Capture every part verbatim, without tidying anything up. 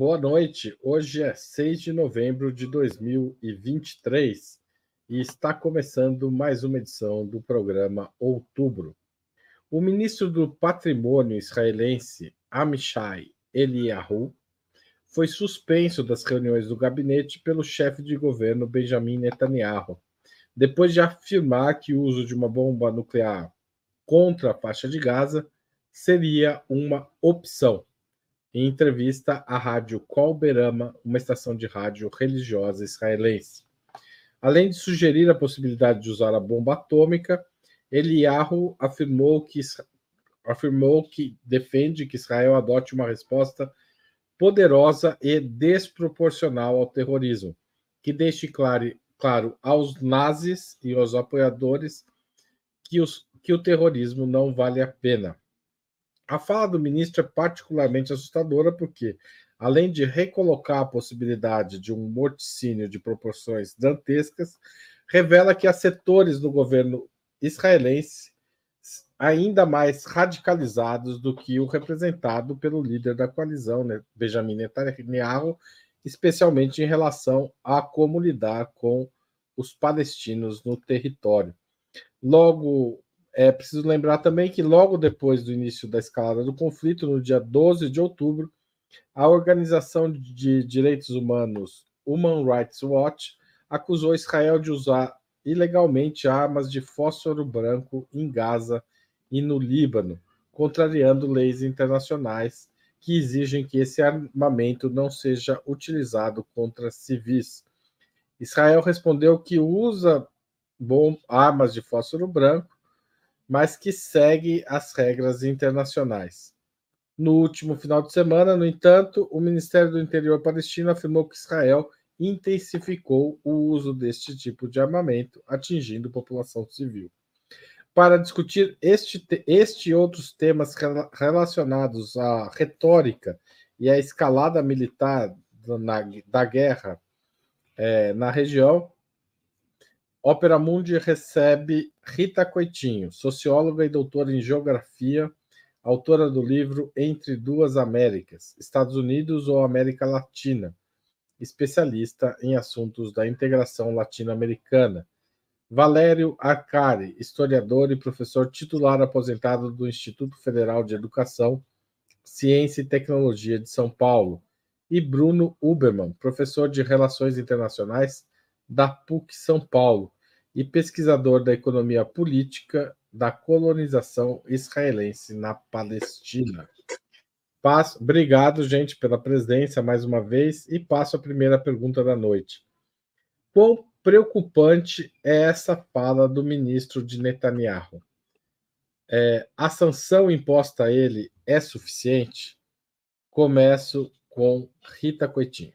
boa noite. Hoje é seis de novembro de dois mil e vinte e três e está começando mais uma edição do programa Outubro. O ministro do Patrimônio israelense, Amichai Eliyahu, foi suspenso das reuniões do gabinete pelo chefe de governo Benjamin Netanyahu, depois de afirmar que o uso de uma bomba nuclear contra a faixa de Gaza seria uma opção. Em entrevista à rádio Kol Berama, uma estação de rádio religiosa israelense. Além de sugerir a possibilidade de usar a bomba atômica, Eliyahu afirmou que, afirmou que defende que Israel adote uma resposta poderosa e desproporcional ao terrorismo, que deixe claro, claro aos nazis e aos apoiadores que, os, que o terrorismo não vale a pena. A fala do ministro é particularmente assustadora porque, além de recolocar a possibilidade de um morticínio de proporções dantescas, revela que há setores do governo israelense ainda mais radicalizados do que o representado pelo líder da coalizão, né, Benjamin Netanyahu, especialmente em relação a como lidar com os palestinos no território. Logo, é preciso lembrar também que logo depois do início da escalada do conflito, no dia doze de outubro, a Organização de Direitos Humanos Human Rights Watch acusou Israel de usar ilegalmente armas de fósforo branco em Gaza e no Líbano, contrariando leis internacionais que exigem que esse armamento não seja utilizado contra civis. Israel respondeu que usa bom, armas de fósforo branco, mas que segue as regras internacionais. No último final de semana, no entanto, o Ministério do Interior palestino afirmou que Israel intensificou o uso deste tipo de armamento, atingindo a população civil. Para discutir este, este e outros temas relacionados à retórica e à escalada militar na, da guerra é, na região, Ópera Mundi recebe Rita Coitinho, socióloga e doutora em geografia, autora do livro Entre Duas Américas, Estados Unidos ou América Latina, especialista em assuntos da integração latino-americana. Valério Arcari, historiador e professor titular aposentado do Instituto Federal de Educação, Ciência e Tecnologia de São Paulo. E Bruno Uberman, professor de Relações Internacionais da P U C São Paulo e pesquisador da economia política da colonização israelense na Palestina. Passo, obrigado, gente, pela presença mais uma vez e passo a primeira pergunta da noite. Quão preocupante é essa fala do ministro de Netanyahu? É, a sanção imposta a ele é suficiente? Começo com Rita Coitinho.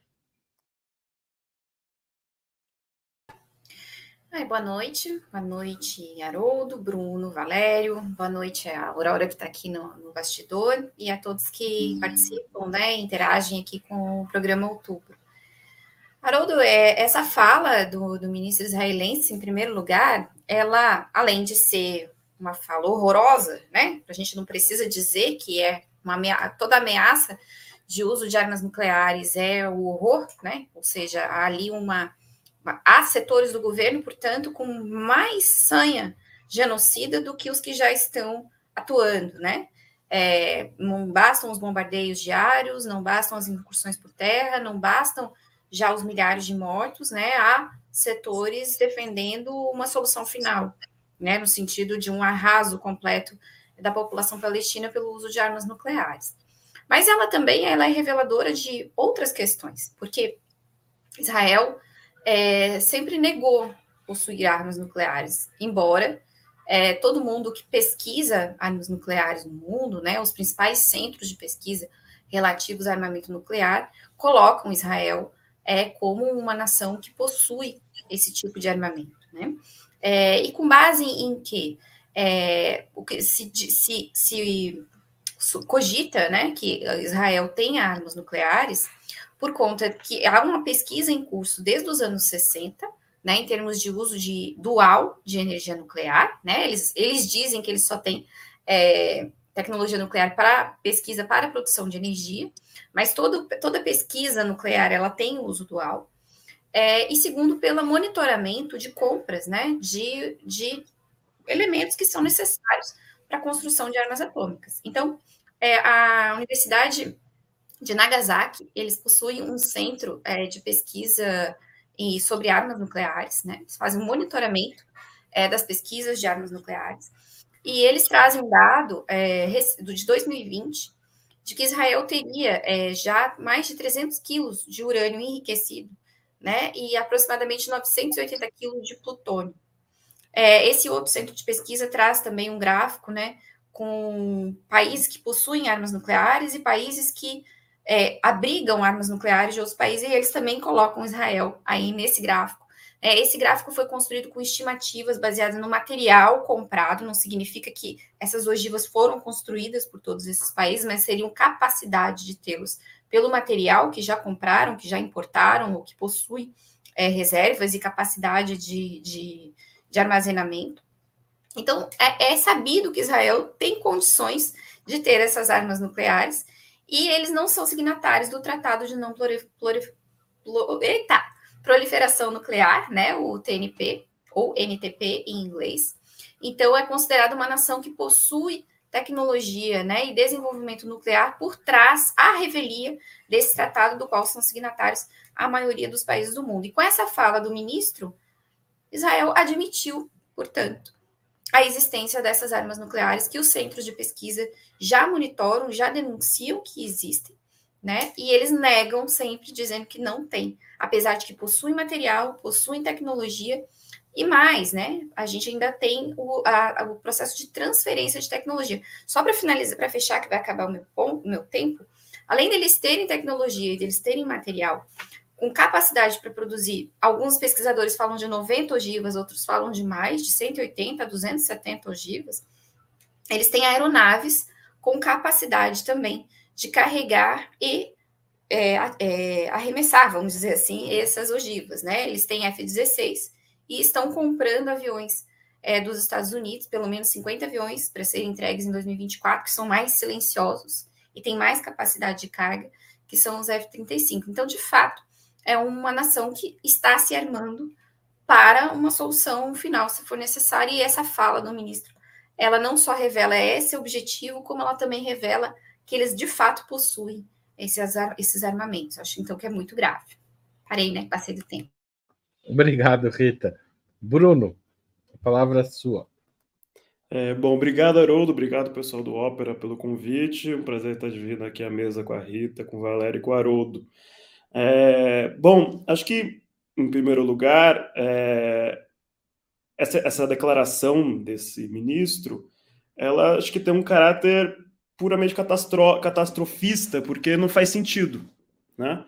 Ai, boa noite, boa noite, Haroldo, Bruno, Valério, boa noite a Aurora que está aqui no, no bastidor e a todos que participam, né, interagem aqui com o programa Outubro. Haroldo, é, essa fala do, do ministro israelense, em primeiro lugar, ela, além de ser uma fala horrorosa, né, a gente não precisa dizer que é uma ameaça, toda ameaça de uso de armas nucleares é o horror, né, ou seja, há ali uma há setores do governo, portanto, com mais sanha genocida do que os que já estão atuando, né? É, não bastam os bombardeios diários, não bastam as incursões por terra, não bastam já os milhares de mortos, né? Há setores defendendo uma solução final, né? No sentido de um arraso completo da população palestina pelo uso de armas nucleares. Mas ela também ela é reveladora de outras questões, porque Israel É, sempre negou possuir armas nucleares, embora é, todo mundo que pesquisa armas nucleares no mundo, né, os principais centros de pesquisa relativos a armamento nuclear, colocam Israel é, como uma nação que possui esse tipo de armamento. Né? É, e com base em que, é, o que se, se, se cogita, né, que Israel tem armas nucleares, por conta que há uma pesquisa em curso desde os anos sessenta, né, em termos de uso de dual de energia nuclear, né, eles, eles dizem que eles só têm é, tecnologia nuclear para pesquisa para a produção de energia, mas todo, toda pesquisa nuclear ela tem uso dual. É, e segundo, pelo monitoramento de compras, né, de, de elementos que são necessários para a construção de armas atômicas. Então, é, a Universidade de Nagasaki, eles possuem um centro é, de pesquisa em, sobre armas nucleares, né? Eles fazem um monitoramento é, das pesquisas de armas nucleares, e eles trazem um dado é, de dois mil e vinte de que Israel teria é, já mais de trezentos quilos de urânio enriquecido, né? E aproximadamente novecentos e oitenta quilos de plutônio. É, esse outro centro de pesquisa traz também um gráfico, né, com países que possuem armas nucleares e países que é, abrigam armas nucleares de outros países, e eles também colocam Israel aí nesse gráfico. É, esse gráfico foi construído com estimativas baseadas no material comprado, não significa que essas ogivas foram construídas por todos esses países, mas seriam capacidade de tê-los pelo material que já compraram, que já importaram, ou que possuem é, reservas e capacidade de, de de armazenamento. Então, é, é sabido que Israel tem condições de ter essas armas nucleares e eles não são signatários do Tratado de Não Prolif- Prolif- Prolif- Eita, Proliferação Nuclear, né, o T N P, ou N T P em inglês. Então, é considerado uma nação que possui tecnologia, né, e desenvolvimento nuclear por trás, à revelia desse tratado, do qual são signatários a maioria dos países do mundo. E com essa fala do ministro, Israel admitiu, portanto, a existência dessas armas nucleares que os centros de pesquisa já monitoram, já denunciam que existem, né? E eles negam sempre, dizendo que não tem, apesar de que possuem material, possuem tecnologia e mais, né? A gente ainda tem o, a, o processo de transferência de tecnologia. Só para finalizar, para fechar, que vai acabar o meu, ponto, o meu tempo, além deles terem tecnologia e deles terem material com capacidade para produzir, alguns pesquisadores falam de noventa ogivas, outros falam de mais, de cento e oitenta a duzentos e setenta ogivas, eles têm aeronaves com capacidade também de carregar e é, é, arremessar, vamos dizer assim, essas ogivas, né? Eles têm F dezesseis e estão comprando aviões é, dos Estados Unidos, pelo menos cinquenta aviões para serem entregues em dois mil e vinte e quatro, que são mais silenciosos e têm mais capacidade de carga, que são os F trinta e cinco. Então, de fato, é uma nação que está se armando para uma solução final, se for necessária, e essa fala do ministro, ela não só revela esse objetivo, como ela também revela que eles, de fato, possuem esses, esses armamentos. Acho, então, que é muito grave. Parei, né? Passei do tempo. Obrigado, Rita. Bruno, a palavra é sua. É, bom, obrigado, Haroldo, obrigado, pessoal do Ópera, pelo convite. Um prazer estar dividindo aqui a mesa com a Rita, com o Valério e com o Haroldo. É, bom, acho que, em primeiro lugar, é, essa, essa declaração desse ministro, ela acho que tem um caráter puramente catastro, catastrofista, porque não faz sentido, né?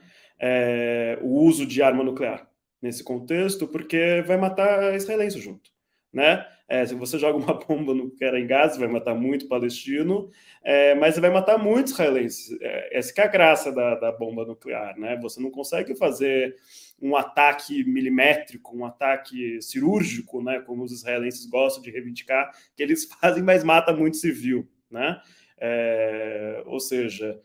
É, o uso de arma nuclear nesse contexto, porque vai matar israelense junto, né? É, se você joga uma bomba nuclear em Gaza, vai matar muito palestino, é, mas vai matar muitos israelenses. É, essa que é a graça da, da bomba nuclear, né? Você não consegue fazer um ataque milimétrico, um ataque cirúrgico, né? Como os israelenses gostam de reivindicar, que eles fazem, mas mata muito civil, né? É, ou seja,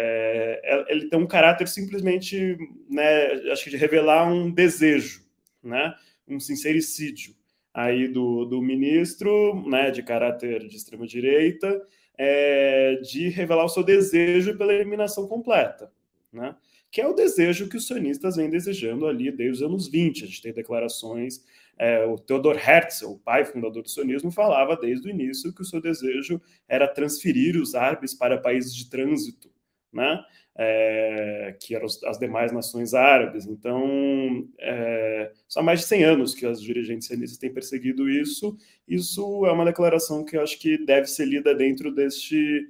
é, ele tem um caráter simplesmente, né, acho que de revelar um desejo, né? Um sincericídio aí do, do ministro, né, de caráter de extrema-direita, é, de revelar o seu desejo pela eliminação completa, né, que é o desejo que os sionistas vêm desejando ali desde os anos vinte. A gente tem declarações, é, o Theodor Herzl, o pai fundador do sionismo, falava desde o início que o seu desejo era transferir os árabes para países de trânsito, né, É, que eram as demais nações árabes. Então, é, só há mais de cem anos que as dirigentes sionistas têm perseguido isso. Isso é uma declaração que eu acho que deve ser lida dentro deste,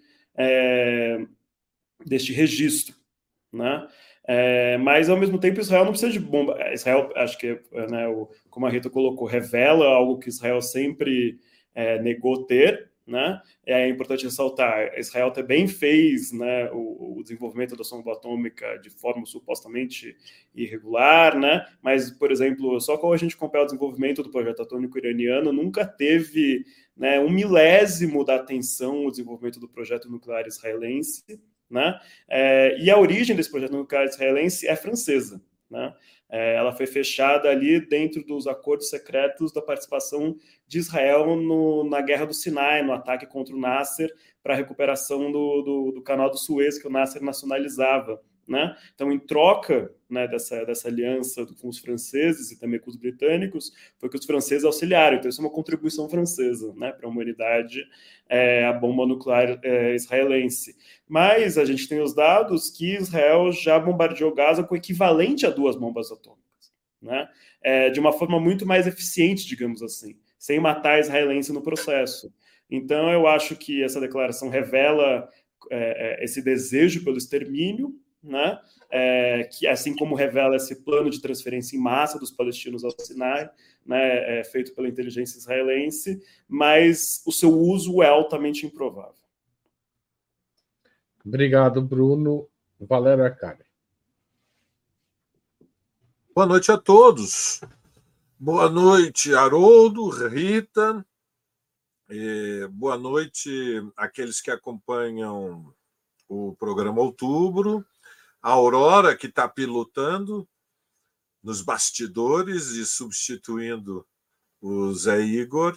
é, deste registro, né? É, mas, ao mesmo tempo, Israel não precisa de bomba. Israel, acho que, né, o, como a Rita colocou, revela algo que Israel sempre é, negou ter, né? É importante ressaltar, Israel também fez, né, o, o desenvolvimento da bomba atômica de forma supostamente irregular, né? Mas, por exemplo, só quando a gente compara o desenvolvimento do projeto atômico iraniano, nunca teve, né, um milésimo da atenção o desenvolvimento do projeto nuclear israelense, né? É, e a origem desse projeto nuclear israelense é francesa, né? É, ela foi fechada ali dentro dos acordos secretos da participação de Israel no, na Guerra do Sinai, no ataque contra o Nasser, para a recuperação do, do, do canal do Suez, que o Nasser nacionalizava, né? Então, em troca, né, dessa, dessa aliança com os franceses e também com os britânicos, foi que os franceses auxiliaram. Então, isso é uma contribuição francesa, né, para a humanidade, é, a bomba nuclear é, israelense. Mas a gente tem os dados que Israel já bombardeou Gaza com o equivalente a duas bombas atômicas, né? É, de uma forma muito mais eficiente, digamos assim, sem matar israelense no processo. Então, eu acho que essa declaração revela é, esse desejo pelo extermínio, né? É, que assim como revela esse plano de transferência em massa dos palestinos ao Sinai, né, é, feito pela inteligência israelense, mas o seu uso é altamente improvável. Obrigado, Bruno. Valério Arcari. Boa noite a todos. Boa noite, Haroldo, Rita. E boa noite àqueles que acompanham o programa Outubro. A Aurora, que está pilotando nos bastidores e substituindo o Zé Igor.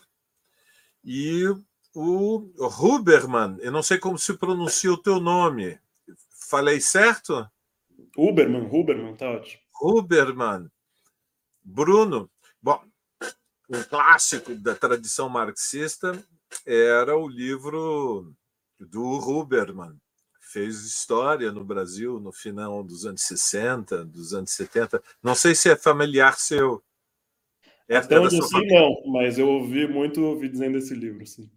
E o Huberman, eu não sei como se pronuncia o teu nome. Falei certo? Huberman, Huberman, tá ótimo. Huberman. Bruno, bom, um clássico da tradição marxista era o livro do Huberman. Fez história no Brasil no final dos anos sessenta, dos anos setenta. Não sei se é familiar seu. É Até onde eu sei, não, mas eu ouvi muito ouvir dizendo esse livro, sim.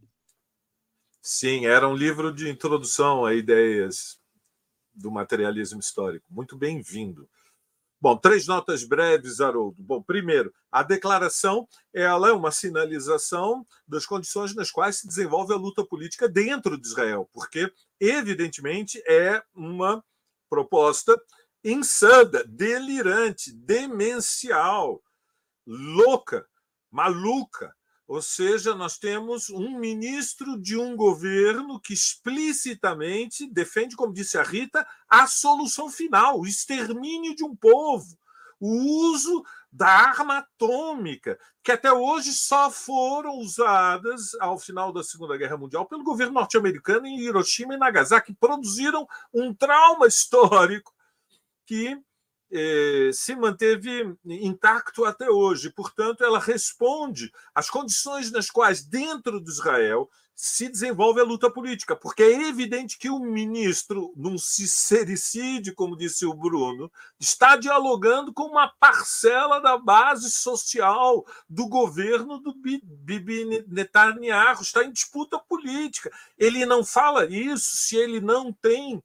Sim, era um livro de introdução a ideias do materialismo histórico. Muito bem-vindo. Bom, três notas breves, Haroldo. Bom, primeiro, a declaração ela é uma sinalização das condições nas quais se desenvolve a luta política dentro de Israel, porque, evidentemente, é uma proposta insana, delirante, demencial, louca, maluca. Ou seja, nós temos um ministro de um governo que explicitamente defende, como disse a Rita, a solução final, o extermínio de um povo, o uso da arma atômica, que até hoje só foram usadas ao final da Segunda Guerra Mundial pelo governo norte-americano em Hiroshima e Nagasaki, que produziram um trauma histórico que se manteve intacto até hoje. Portanto, ela responde às condições nas quais, dentro de Israel, se desenvolve a luta política, porque é evidente que o ministro, num sincericídio, como disse o Bruno, está dialogando com uma parcela da base social do governo do Bibi Netanyahu, está em disputa política. Ele não fala isso se ele não tem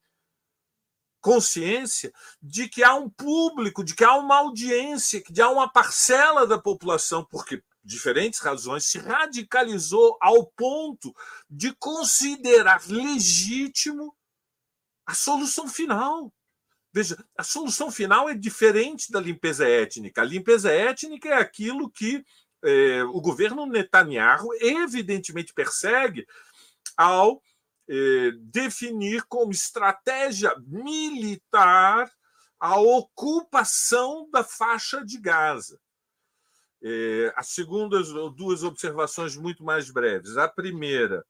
consciência de que há um público, de que há uma audiência, que há uma parcela da população, porque diferentes razões se radicalizou ao ponto de considerar legítimo a solução final. Veja, a solução final é diferente da limpeza étnica. A limpeza étnica é aquilo que eh, o governo Netanyahu evidentemente persegue ao definir como estratégia militar a ocupação da faixa de Gaza. As segundas duas observações muito mais breves. A primeira,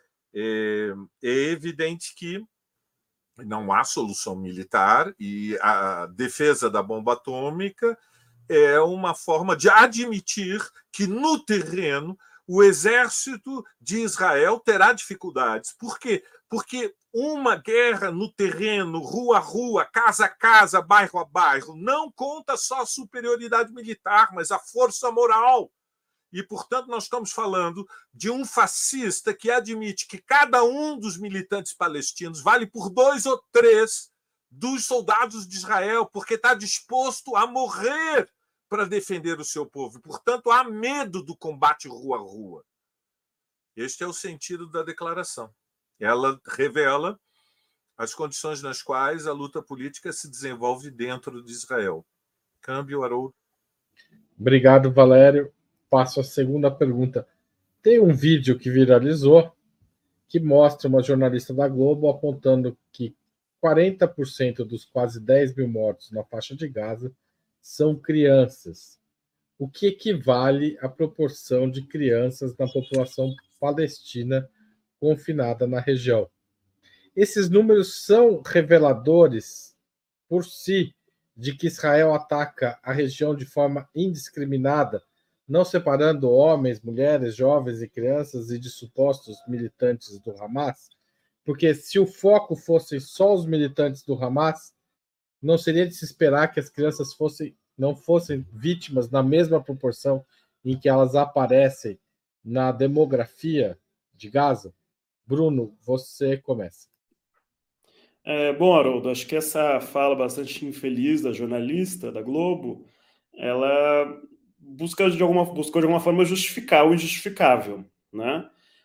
é evidente que não há solução militar e a defesa da bomba atômica é uma forma de admitir que no terreno o exército de Israel terá dificuldades. Por quê? Porque uma guerra no terreno, rua a rua, casa a casa, bairro a bairro, não conta só a superioridade militar, mas a força moral. E, portanto, nós estamos falando de um fascista que admite que cada um dos militantes palestinos vale por dois ou três dos soldados de Israel, porque está disposto a morrer para defender o seu povo. Portanto, há medo do combate rua a rua. Este é o sentido da declaração. Ela revela as condições nas quais a luta política se desenvolve dentro de Israel. Câmbio, Haroldo. Obrigado, Valério. Passo a segunda pergunta. Tem um vídeo que viralizou que mostra uma jornalista da Globo apontando que quarenta por cento dos quase dez mil mortos na faixa de Gaza são crianças, o que equivale à proporção de crianças na população palestina confinada na região. Esses números são reveladores por si de que Israel ataca a região de forma indiscriminada, não separando homens, mulheres, jovens e crianças e de supostos militantes do Hamas? Porque se o foco fosse só os militantes do Hamas, não seria de se esperar que as crianças fossem, não fossem vítimas na mesma proporção em que elas aparecem na demografia de Gaza? Bruno, você começa. É, bom, Haroldo, acho que essa fala bastante infeliz da jornalista da Globo, ela busca de alguma, buscou de alguma forma justificar o injustificável, né?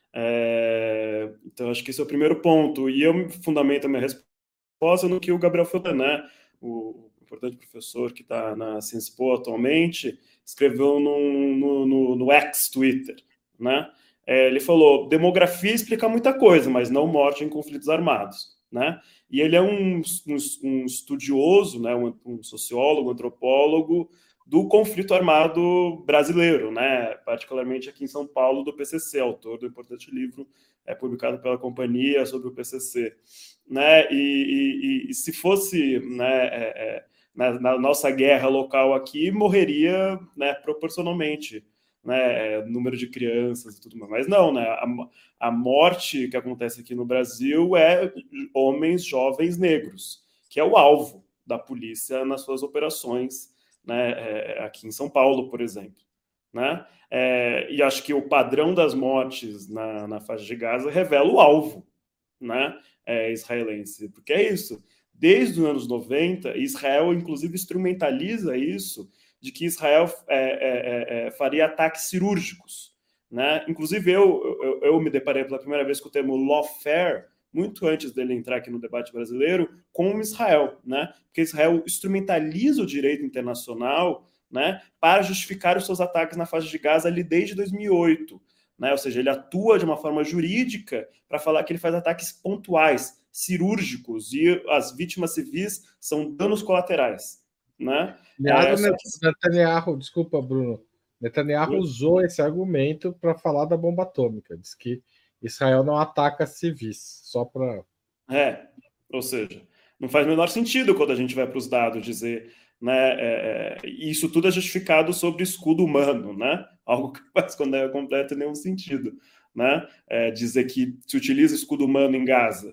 É, então, acho que esse é o primeiro ponto. E eu fundamento a minha resposta no que o Gabriel Feltran, né, o importante professor que está na Cienspo atualmente, escreveu no, no, no, no X Twitter, né? É, ele falou, demografia explica muita coisa, mas não morte em conflitos armados, né? E ele é um, um, um estudioso, né, um, um sociólogo, um antropólogo do conflito armado brasileiro, né, particularmente aqui em São Paulo, do P C C, autor do importante livro é, publicado pela companhia sobre o P C C. Né, e, e, e se fosse, né, é, é, na, na nossa guerra local aqui, morreria, né, proporcionalmente, né, número de crianças e tudo mais. Mas não, né, a, a morte que acontece aqui no Brasil é homens jovens negros, que é o alvo da polícia nas suas operações, né, é, aqui em São Paulo, por exemplo. Né? É, e acho que o padrão das mortes na, na faixa de Gaza revela o alvo, né, é, israelense, porque é isso. Desde os anos noventa, Israel, inclusive, instrumentaliza isso de que Israel é, é, é, faria ataques cirúrgicos. Né? Inclusive, eu, eu, eu me deparei pela primeira vez com o termo lawfare, muito antes dele entrar aqui no debate brasileiro, com Israel, né? Porque Israel instrumentaliza o direito internacional, né, para justificar os seus ataques na faixa de Gaza ali desde dois mil e oito. Né? Ou seja, ele atua de uma forma jurídica para falar que ele faz ataques pontuais, cirúrgicos, e as vítimas civis são danos colaterais. Né? É, Netanyahu, desculpa, Bruno. Netanyahu eu... usou esse argumento para falar da bomba atômica. Diz que Israel não ataca civis, só para... É, ou seja, não faz o menor sentido quando a gente vai para os dados dizer, né, é, isso tudo é justificado sobre escudo humano, né? Algo que faz quando é completo nenhum sentido, né? É, dizer que se utiliza escudo humano em Gaza,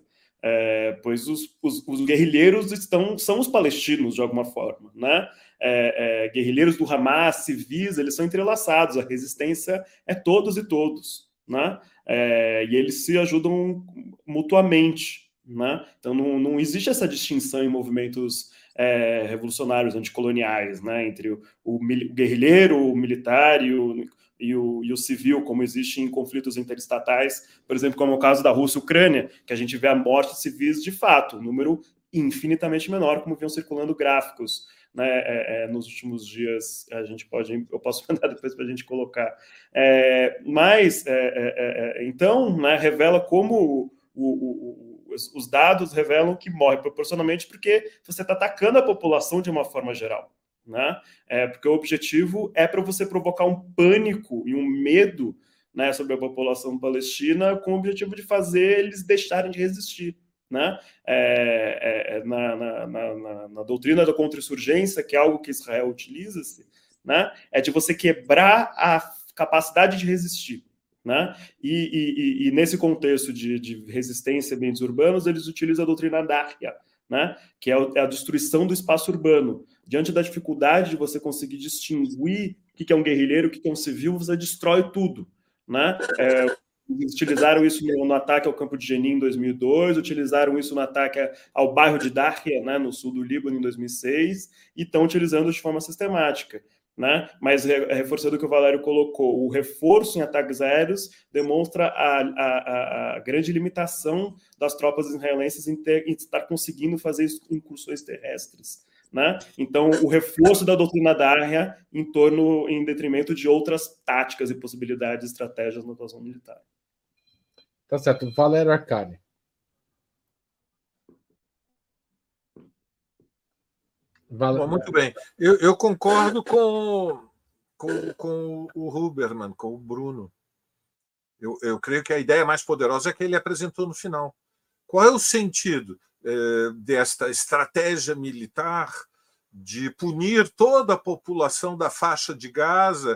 é, pois os, os, os guerrilheiros estão, são os palestinos de alguma forma, né? É, é, guerrilheiros do Hamas, civis, eles são entrelaçados, a resistência é todos e todos, né? É, e eles se ajudam mutuamente, né? Então não, não existe essa distinção em movimentos é, revolucionários anticoloniais, né? Entre o, o, o guerrilheiro, o militar e o, e, o, e o civil, como existe em conflitos interestatais, por exemplo, como é o caso da Rússia e Ucrânia, que a gente vê a morte de civis de fato, um número infinitamente menor, como vinham circulando gráficos, né, é, é, nos últimos dias. A gente pode, eu posso mandar depois para a gente colocar. É, mas, é, é, é, então, né, revela como o, o, o, os, os dados revelam que morre proporcionalmente porque você está atacando a população de uma forma geral. Né? É, porque o objetivo é para você provocar um pânico e um medo, né, sobre a população palestina, com o objetivo de fazer eles deixarem de resistir. Né? É, é, na, na, na, na doutrina da contra-insurgência, que é algo que Israel utiliza-se, né? É de você quebrar a capacidade de resistir. Né? E, e, e nesse contexto de, de resistência a ambientes urbanos, eles utilizam a doutrina Daria, né? Que é a destruição do espaço urbano. Diante da dificuldade de você conseguir distinguir o que é um guerrilheiro, o que é um civil, você destrói tudo. Né? É, utilizaram isso no, no ataque ao campo de Jenin em dois mil e dois, utilizaram isso no ataque ao bairro de Daria, né, no sul do Líbano, em dois mil e seis, e estão utilizando de forma sistemática. né? Mas, reforçando o que o Valério colocou, o reforço em ataques aéreos demonstra a, a, a grande limitação das tropas israelenses em, ter, em estar conseguindo fazer incursões terrestres, né? Então, o reforço da doutrina Darya em torno, em detrimento de outras táticas e possibilidades, estratégias na atuação militar. Tá certo. Valério Arcari. Vale... Bom, muito bem. Eu, eu concordo com, com, com o Huberman, com o Bruno. Eu, eu creio que a ideia mais poderosa é que ele apresentou no final. Qual é o sentido eh, desta estratégia militar de punir toda a população da faixa de Gaza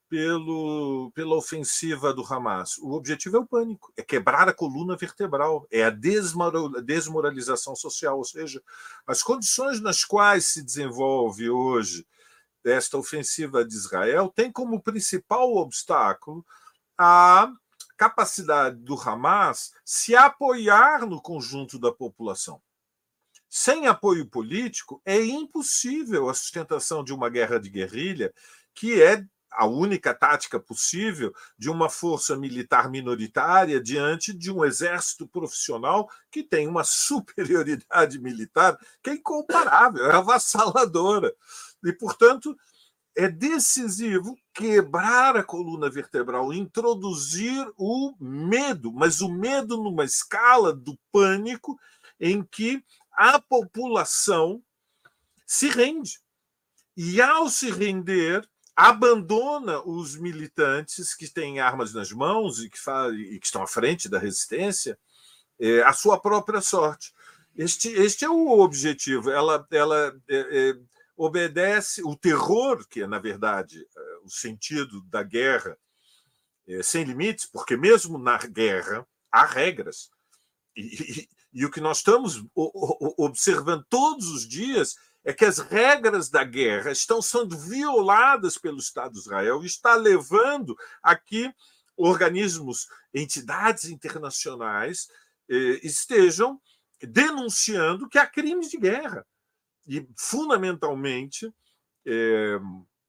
pelo, pela ofensiva do Hamas? O objetivo é o pânico, é quebrar a coluna vertebral, é a desmoralização social, ou seja, as condições nas quais se desenvolve hoje esta ofensiva de Israel tem como principal obstáculo a capacidade do Hamas se apoiar no conjunto da população. Sem apoio político, é impossível a sustentação de uma guerra de guerrilha, que é a única tática possível de uma força militar minoritária diante de um exército profissional que tem uma superioridade militar que é incomparável, é avassaladora. E, portanto, é decisivo quebrar a coluna vertebral, introduzir o medo, mas o medo numa escala do pânico em que a população se rende. E, ao se render, abandona os militantes que têm armas nas mãos e que, e que estão à frente da resistência, é, a sua própria sorte. Este, este é o objetivo. Ela, ela é, é, obedece o terror, que é, na verdade, o sentido da guerra é, sem limites, porque mesmo na guerra há regras. E, e, e o que nós estamos observando todos os dias é que as regras da guerra estão sendo violadas pelo Estado de Israel e está levando a que organismos, entidades internacionais eh, estejam denunciando que há crimes de guerra. E, fundamentalmente, eh,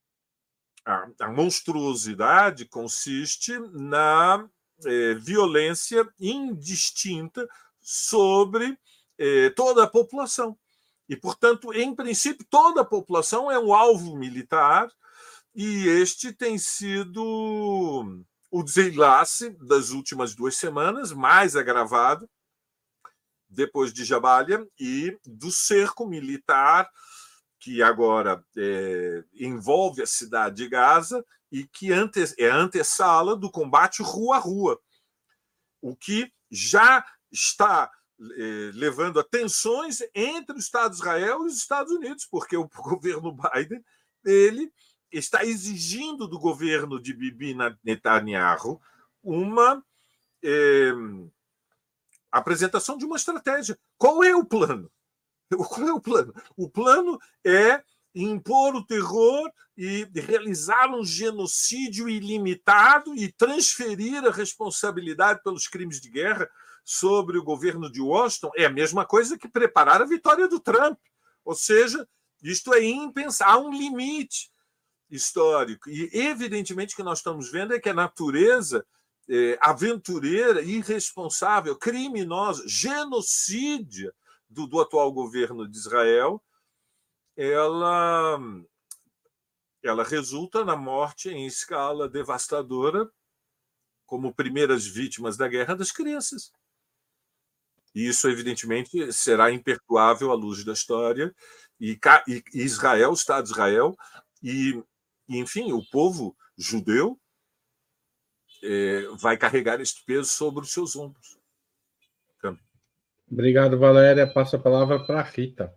a, a monstruosidade consiste na eh, violência indistinta sobre eh, toda a população. E, portanto, em princípio, toda a população é um alvo militar e este tem sido o desenlace das últimas duas semanas, mais agravado depois de Jabalia e do cerco militar que agora é, envolve a cidade de Gaza e que ante, é a antessala do combate rua a rua, o que já está levando a tensões entre o Estado de Israel e os Estados Unidos, porque o governo Biden ele está exigindo do governo de Bibi Netanyahu uma eh, apresentação de uma estratégia. Qual é o plano? Qual é o plano? O plano é impor o terror e realizar um genocídio ilimitado e transferir a responsabilidade pelos crimes de guerra sobre o governo de Washington. É a mesma coisa que preparar a vitória do Trump. Ou seja, isto é impensável. Há um limite histórico. E, evidentemente, o que nós estamos vendo é que a natureza é, aventureira, irresponsável, criminosa, genocídia do, do atual governo de Israel, ela, ela resulta na morte em escala devastadora, como primeiras vítimas da guerra, das crianças. E isso, evidentemente, será imperdoável à luz da história. E Israel, o Estado de Israel, e, enfim, o povo judeu é, vai carregar este peso sobre os seus ombros. Então... Obrigado, Valéria. Passo a palavra para a Rita.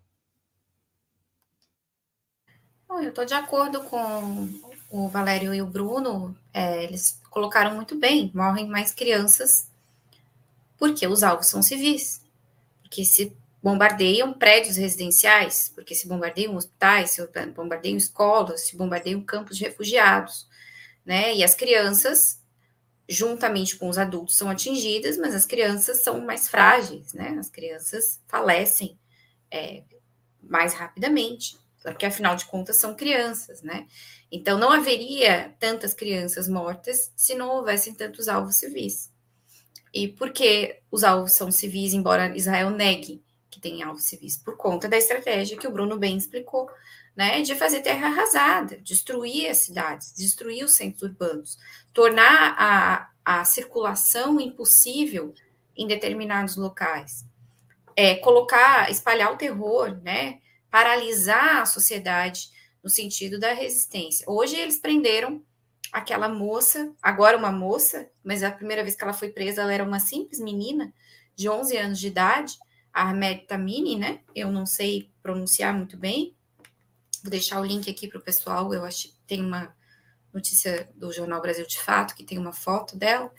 Bom, eu estou de acordo com o Valério e o Bruno. É, eles colocaram muito bem. Morrem mais crianças porque os alvos são civis, porque se bombardeiam prédios residenciais, porque se bombardeiam hospitais, se bombardeiam escolas, se bombardeiam campos de refugiados, né? E as crianças, juntamente com os adultos, são atingidas, mas as crianças são mais frágeis, né? As crianças falecem é, mais rapidamente. porque afinal de contas são crianças, né? Então não haveria tantas crianças mortas se não houvessem tantos alvos civis. E por que os alvos são civis, embora Israel negue que tem alvos civis? Por conta da estratégia que o Bruno bem explicou, né, de fazer terra arrasada, destruir as cidades, destruir os centros urbanos, tornar a, a circulação impossível em determinados locais, é, colocar, espalhar o terror, né, paralisar a sociedade no sentido da resistência. Hoje eles prenderam aquela moça, agora uma moça, mas a primeira vez que ela foi presa, ela era uma simples menina de onze anos de idade, a Ahmed Tamimi, né? Eu não sei pronunciar muito bem. Vou deixar o link aqui para o pessoal. Eu acho que tem uma notícia do Jornal Brasil de Fato, que tem uma foto dela,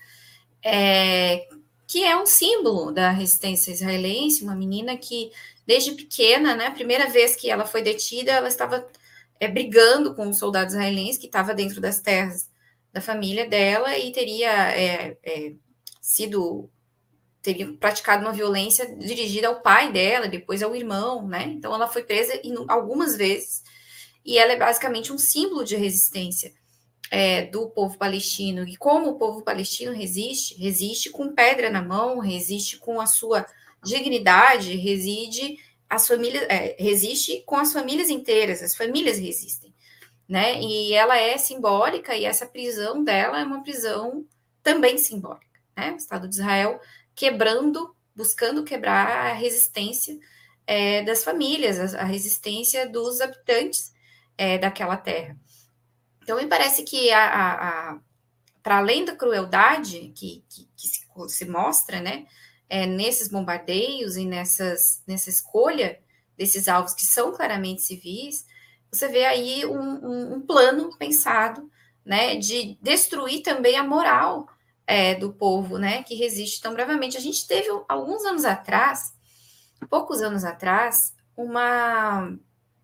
é, que é um símbolo da resistência israelense, uma menina que, desde pequena, né, a primeira vez que ela foi detida, ela estava é, brigando com um soldado israelense que estava dentro das terras da família dela e teria é, é, sido, teria praticado uma violência dirigida ao pai dela, depois ao irmão, né? Então ela foi presa algumas vezes e ela é basicamente um símbolo de resistência é, do povo palestino. E como o povo palestino resiste? Resiste com pedra na mão, resiste com a sua dignidade, reside as famílias, é, resiste com as famílias inteiras, as famílias resistem, né? E ela é simbólica e essa prisão dela é uma prisão também simbólica, né? O Estado de Israel quebrando, buscando quebrar a resistência é, das famílias, a, a resistência dos habitantes é, daquela terra. Então, me parece que, a, a, a, para além da crueldade que, que, que se, se mostra, né, é, nesses bombardeios e nessas, nessa escolha desses alvos que são claramente civis, você vê aí um, um, um plano pensado, né, de destruir também a moral é, do povo, né, que resiste tão bravamente. A gente teve, alguns anos atrás, poucos anos atrás, uma...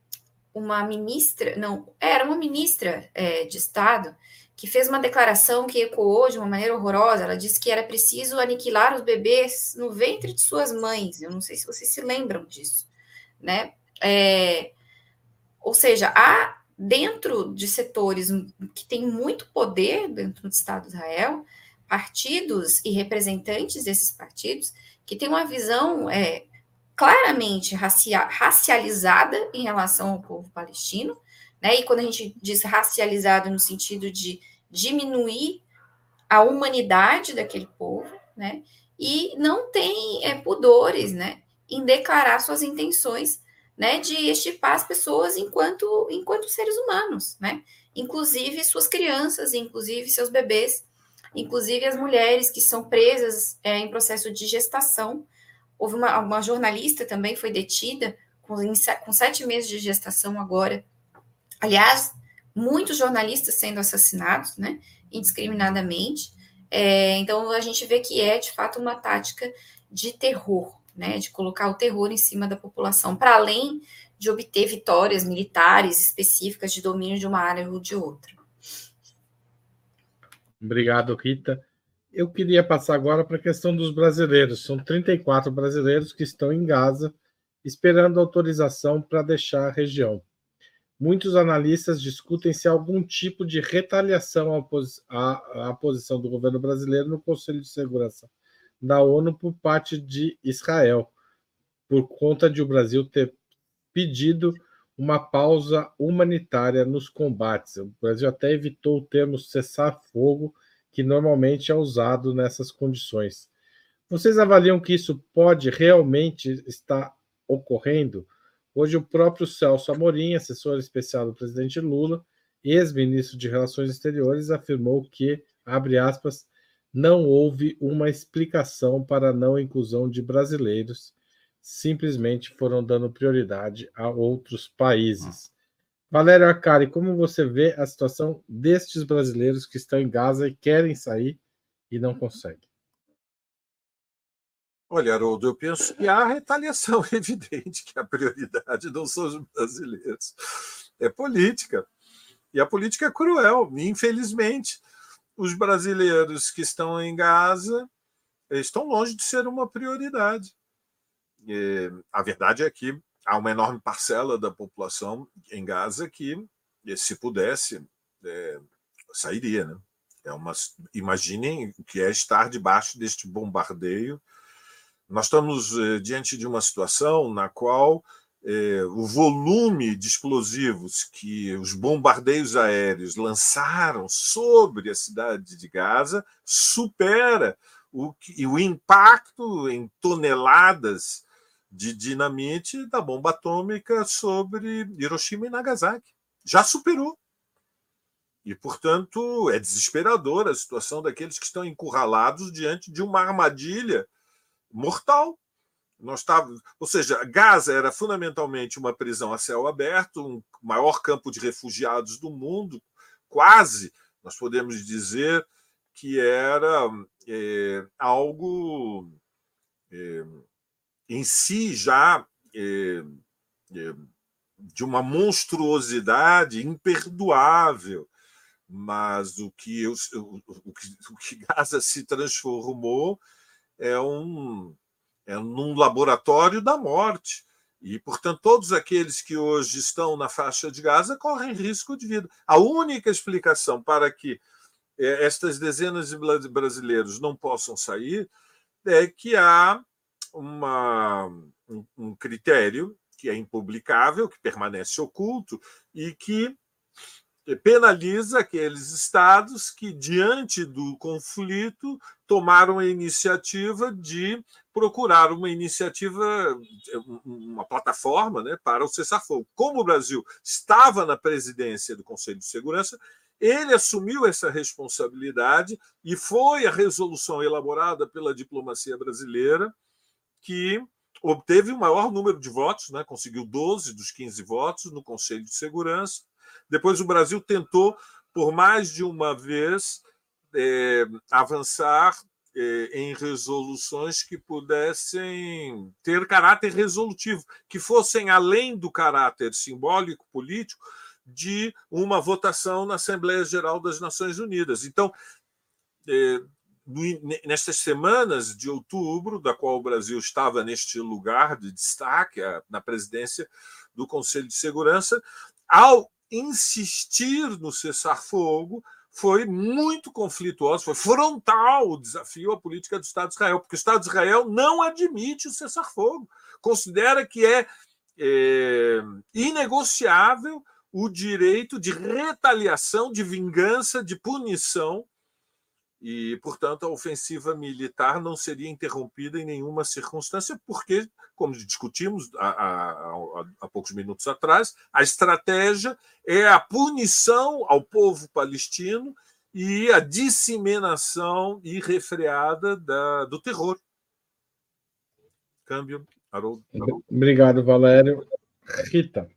uma ministra, não, era uma ministra é, de Estado que fez uma declaração que ecoou de uma maneira horrorosa. Ela disse que era preciso aniquilar os bebês no ventre de suas mães. Eu não sei se vocês se lembram disso, né? É, ou seja, há dentro de setores que têm muito poder dentro do Estado de Israel, partidos e representantes desses partidos que têm uma visão é, claramente racia, racializada em relação ao povo palestino, né? E quando a gente diz racializado no sentido de diminuir a humanidade daquele povo, né? E não tem é, pudores, né, em declarar suas intenções, né, de extirpar as pessoas enquanto, enquanto seres humanos, né? Inclusive suas crianças, inclusive seus bebês, inclusive as mulheres que são presas é, em processo de gestação. Houve uma, uma jornalista também foi detida com, com sete meses de gestação agora. Aliás, muitos jornalistas sendo assassinados, né, indiscriminadamente. É, então, a gente vê que é, de fato, uma tática de terror, né, de colocar o terror em cima da população, para além de obter vitórias militares específicas de domínio de uma área ou de outra. Obrigado, Rita. Eu queria passar agora para a questão dos brasileiros. São trinta e quatro brasileiros que estão em Gaza, esperando autorização para deixar a região. Muitos analistas discutem se há algum tipo de retaliação à, posi à, à posição do governo brasileiro no Conselho de Segurança da ONU por parte de Israel, por conta de o Brasil ter pedido uma pausa humanitária nos combates. O Brasil até evitou o termo cessar-fogo, que normalmente é usado nessas condições. Vocês avaliam que isso pode realmente estar ocorrendo? Hoje, o próprio Celso Amorim, assessor especial do presidente Lula, ex-ministro de Relações Exteriores, afirmou que, abre aspas, não houve uma explicação para a não inclusão de brasileiros, simplesmente foram dando prioridade a outros países. Valério Arcari, como você vê a situação destes brasileiros que estão em Gaza e querem sair e não conseguem? Olha, Haroldo, eu penso que há retaliação evidente, que a prioridade não são os brasileiros, é política. E a política é cruel, infelizmente. Os brasileiros que estão em Gaza estão longe de ser uma prioridade. E a verdade é que há uma enorme parcela da população em Gaza que, se pudesse, é, sairia, né? É uma, imaginem o que é estar debaixo deste bombardeio. Nós estamos eh, diante de uma situação na qual eh, o volume de explosivos que os bombardeios aéreos lançaram sobre a cidade de Gaza supera o, que, o impacto em toneladas de dinamite da bomba atômica sobre Hiroshima e Nagasaki. Já superou. E, portanto, é desesperadora a situação daqueles que estão encurralados diante de uma armadilha mortal. Nós távamos, ou seja, Gaza era fundamentalmente uma prisão a céu aberto, um maior campo de refugiados do mundo, quase, nós podemos dizer que era é, algo é, em si já é, é, de uma monstruosidade imperdoável. Mas o que, o, o, que, o que Gaza se transformou é um, é um laboratório da morte. E, portanto, todos aqueles que hoje estão na faixa de Gaza correm risco de vida. A única explicação para que estas dezenas de brasileiros não possam sair é que há uma, um, um critério que é impublicável, que permanece oculto e que penaliza aqueles estados que, diante do conflito, tomaram a iniciativa de procurar uma iniciativa, uma plataforma, né, para o cessar-fogo. Como o Brasil estava na presidência do Conselho de Segurança, ele assumiu essa responsabilidade e foi a resolução elaborada pela diplomacia brasileira que obteve o maior número de votos, né, conseguiu doze dos quinze votos no Conselho de Segurança. Depois o Brasil tentou, por mais de uma vez, é, avançar é, em resoluções que pudessem ter caráter resolutivo, que fossem além do caráter simbólico, político, de uma votação na Assembleia Geral das Nações Unidas. Então, é, nestas semanas de outubro, da qual o Brasil estava neste lugar de destaque, na presidência do Conselho de Segurança, ao insistir no cessar-fogo, foi muito conflituoso, foi frontal o desafio à política do Estado de Israel, porque o Estado de Israel não admite o cessar-fogo, considera que é, é inegociável o direito de retaliação, de vingança, de punição, e, portanto, a ofensiva militar não seria interrompida em nenhuma circunstância, porque, como discutimos há, há, há poucos minutos atrás, a estratégia é a punição ao povo palestino e a disseminação irrefreada da, do terror. Câmbio, Haroldo. Obrigado, Valério. Rita.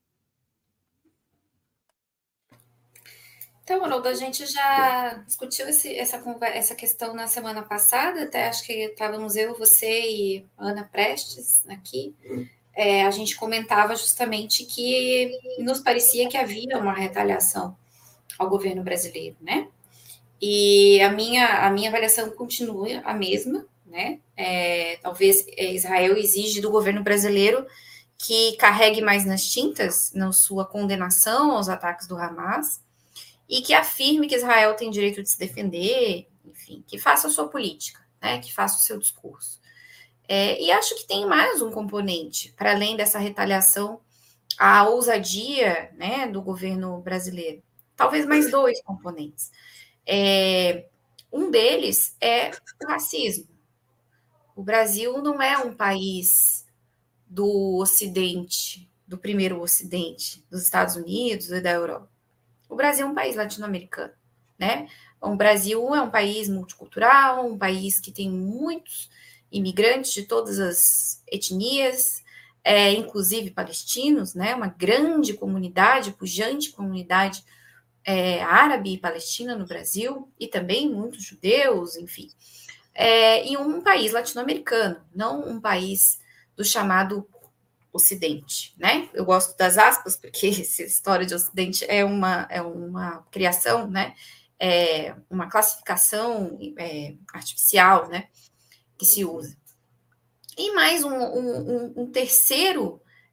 Então, Haroldo, a gente já discutiu esse, essa, essa questão na semana passada, até acho que estávamos eu, você e Ana Prestes aqui. É, a gente comentava justamente que nos parecia que havia uma retaliação ao governo brasileiro, né? E a minha, a minha avaliação continua a mesma, né? É, talvez Israel exige do governo brasileiro que carregue mais nas tintas na sua condenação aos ataques do Hamas, e que afirme que Israel tem direito de se defender, enfim, que faça a sua política, né, que faça o seu discurso. É, e acho que tem mais um componente, para além dessa retaliação, a ousadia, né, do governo brasileiro. Talvez mais dois componentes. É, um deles é o racismo. O Brasil não é um país do Ocidente, do primeiro Ocidente, dos Estados Unidos e da Europa. O Brasil é um país latino-americano, né? O Brasil é um país multicultural, um país que tem muitos imigrantes de todas as etnias, é, inclusive palestinos, né? Uma grande comunidade, pujante comunidade é, árabe e palestina no Brasil, e também muitos judeus, enfim. É, e um país latino-americano, não um país do chamado Ocidente, né? Eu gosto das aspas, porque essa história de Ocidente é uma, é uma criação, né? É uma classificação é, artificial, né? Que se usa. E mais um, um, um terceiro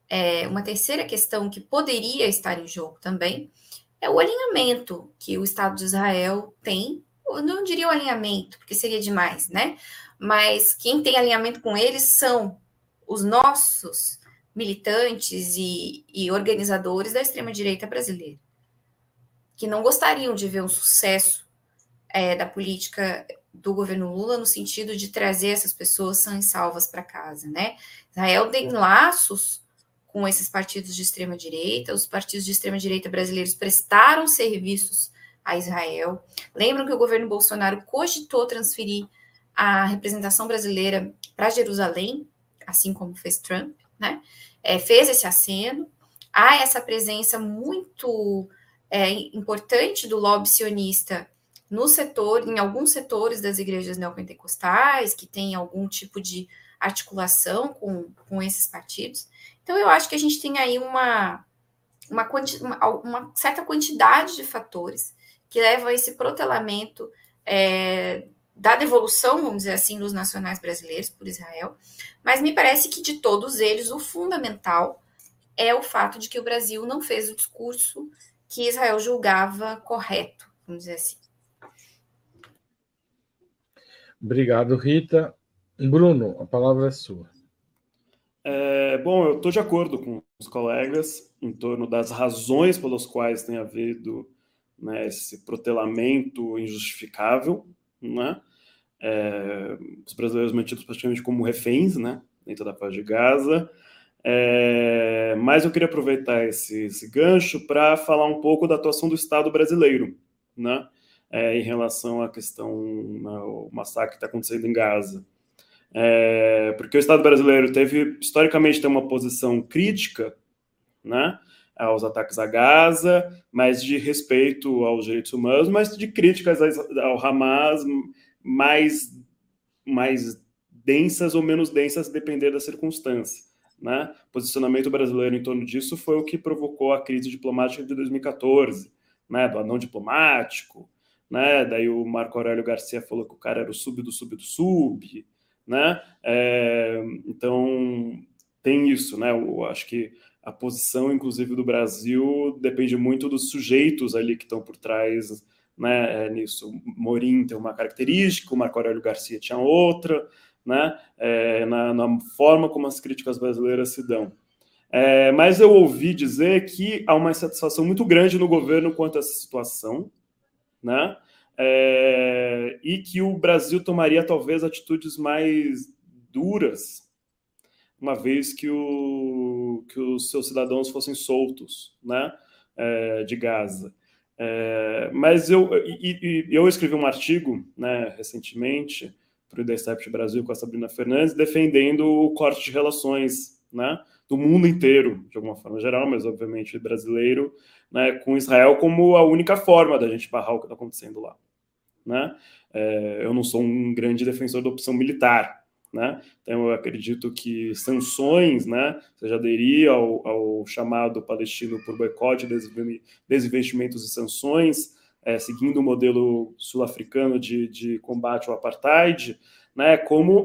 é, uma terceira questão que poderia estar em jogo também é o alinhamento que o Estado de Israel tem. Eu não diria o alinhamento, porque seria demais, né? Mas quem tem alinhamento com eles são os nossos militantes e, e organizadores da extrema-direita brasileira, que não gostariam de ver um sucesso é, da política do governo Lula no sentido de trazer essas pessoas sãs e salvas para casa, né? Israel tem laços com esses partidos de extrema-direita, os partidos de extrema-direita brasileiros prestaram serviços a Israel. Lembram que o governo Bolsonaro cogitou transferir a representação brasileira para Jerusalém, assim como fez Trump, né? É, fez esse aceno. Há essa presença muito é, importante do lobby sionista no setor, em alguns setores das igrejas neopentecostais, que tem algum tipo de articulação com, com esses partidos. Então, eu acho que a gente tem aí uma, uma, quanti, uma, uma certa quantidade de fatores que levam a esse protelamento é, da devolução, vamos dizer assim, dos nacionais brasileiros por Israel. Mas me parece que, de todos eles, o fundamental é o fato de que o Brasil não fez o discurso que Israel julgava correto, vamos dizer assim. Obrigado, Rita. Bruno, a palavra é sua. É, bom, eu estou de acordo com os colegas em torno das razões pelas quais tem havido, né, esse protelamento injustificável, né? É, os brasileiros mantidos praticamente como reféns, né, dentro da faixa de Gaza. É, mas eu queria aproveitar esse, esse gancho para falar um pouco da atuação do Estado brasileiro, né, é, em relação à questão, né, o massacre que está acontecendo em Gaza. É, porque o Estado brasileiro teve, historicamente, tem uma posição crítica, né, aos ataques a Gaza, mas de respeito aos direitos humanos, mas de críticas ao Hamas mais, mais densas ou menos densas, dependendo da circunstância, né? O posicionamento brasileiro em torno disso foi o que provocou a crise diplomática de dois mil e catorze, né, do anão diplomático, né? Daí o Marco Aurélio Garcia falou que o cara era o sub do sub do sub, né? É, então tem isso, né? Eu acho que a posição, inclusive, do Brasil depende muito dos sujeitos ali que estão por trás, né, nisso. Morim tem uma característica, o Marco Aurélio Garcia tinha outra, né, é, na, na forma como as críticas brasileiras se dão. É, mas eu ouvi dizer que há uma insatisfação muito grande no governo quanto a essa situação, né, é, e que o Brasil tomaria talvez atitudes mais duras, uma vez que, o, que os seus cidadãos fossem soltos, né, é, de Gaza. É, mas eu, e, e, eu escrevi um artigo, né, recentemente para o Intercept Brasil com a Sabrina Fernandes, defendendo o corte de relações, né, do mundo inteiro, de alguma forma geral, mas obviamente brasileiro, né, com Israel como a única forma da gente barrar o que está acontecendo lá, né? É, eu não sou um grande defensor da opção militar, né? Então eu acredito que sanções, né, seja aderir ao, ao chamado palestino por boicote, desinvestimentos e sanções, é, seguindo o modelo sul-africano de, de combate ao apartheid, né, como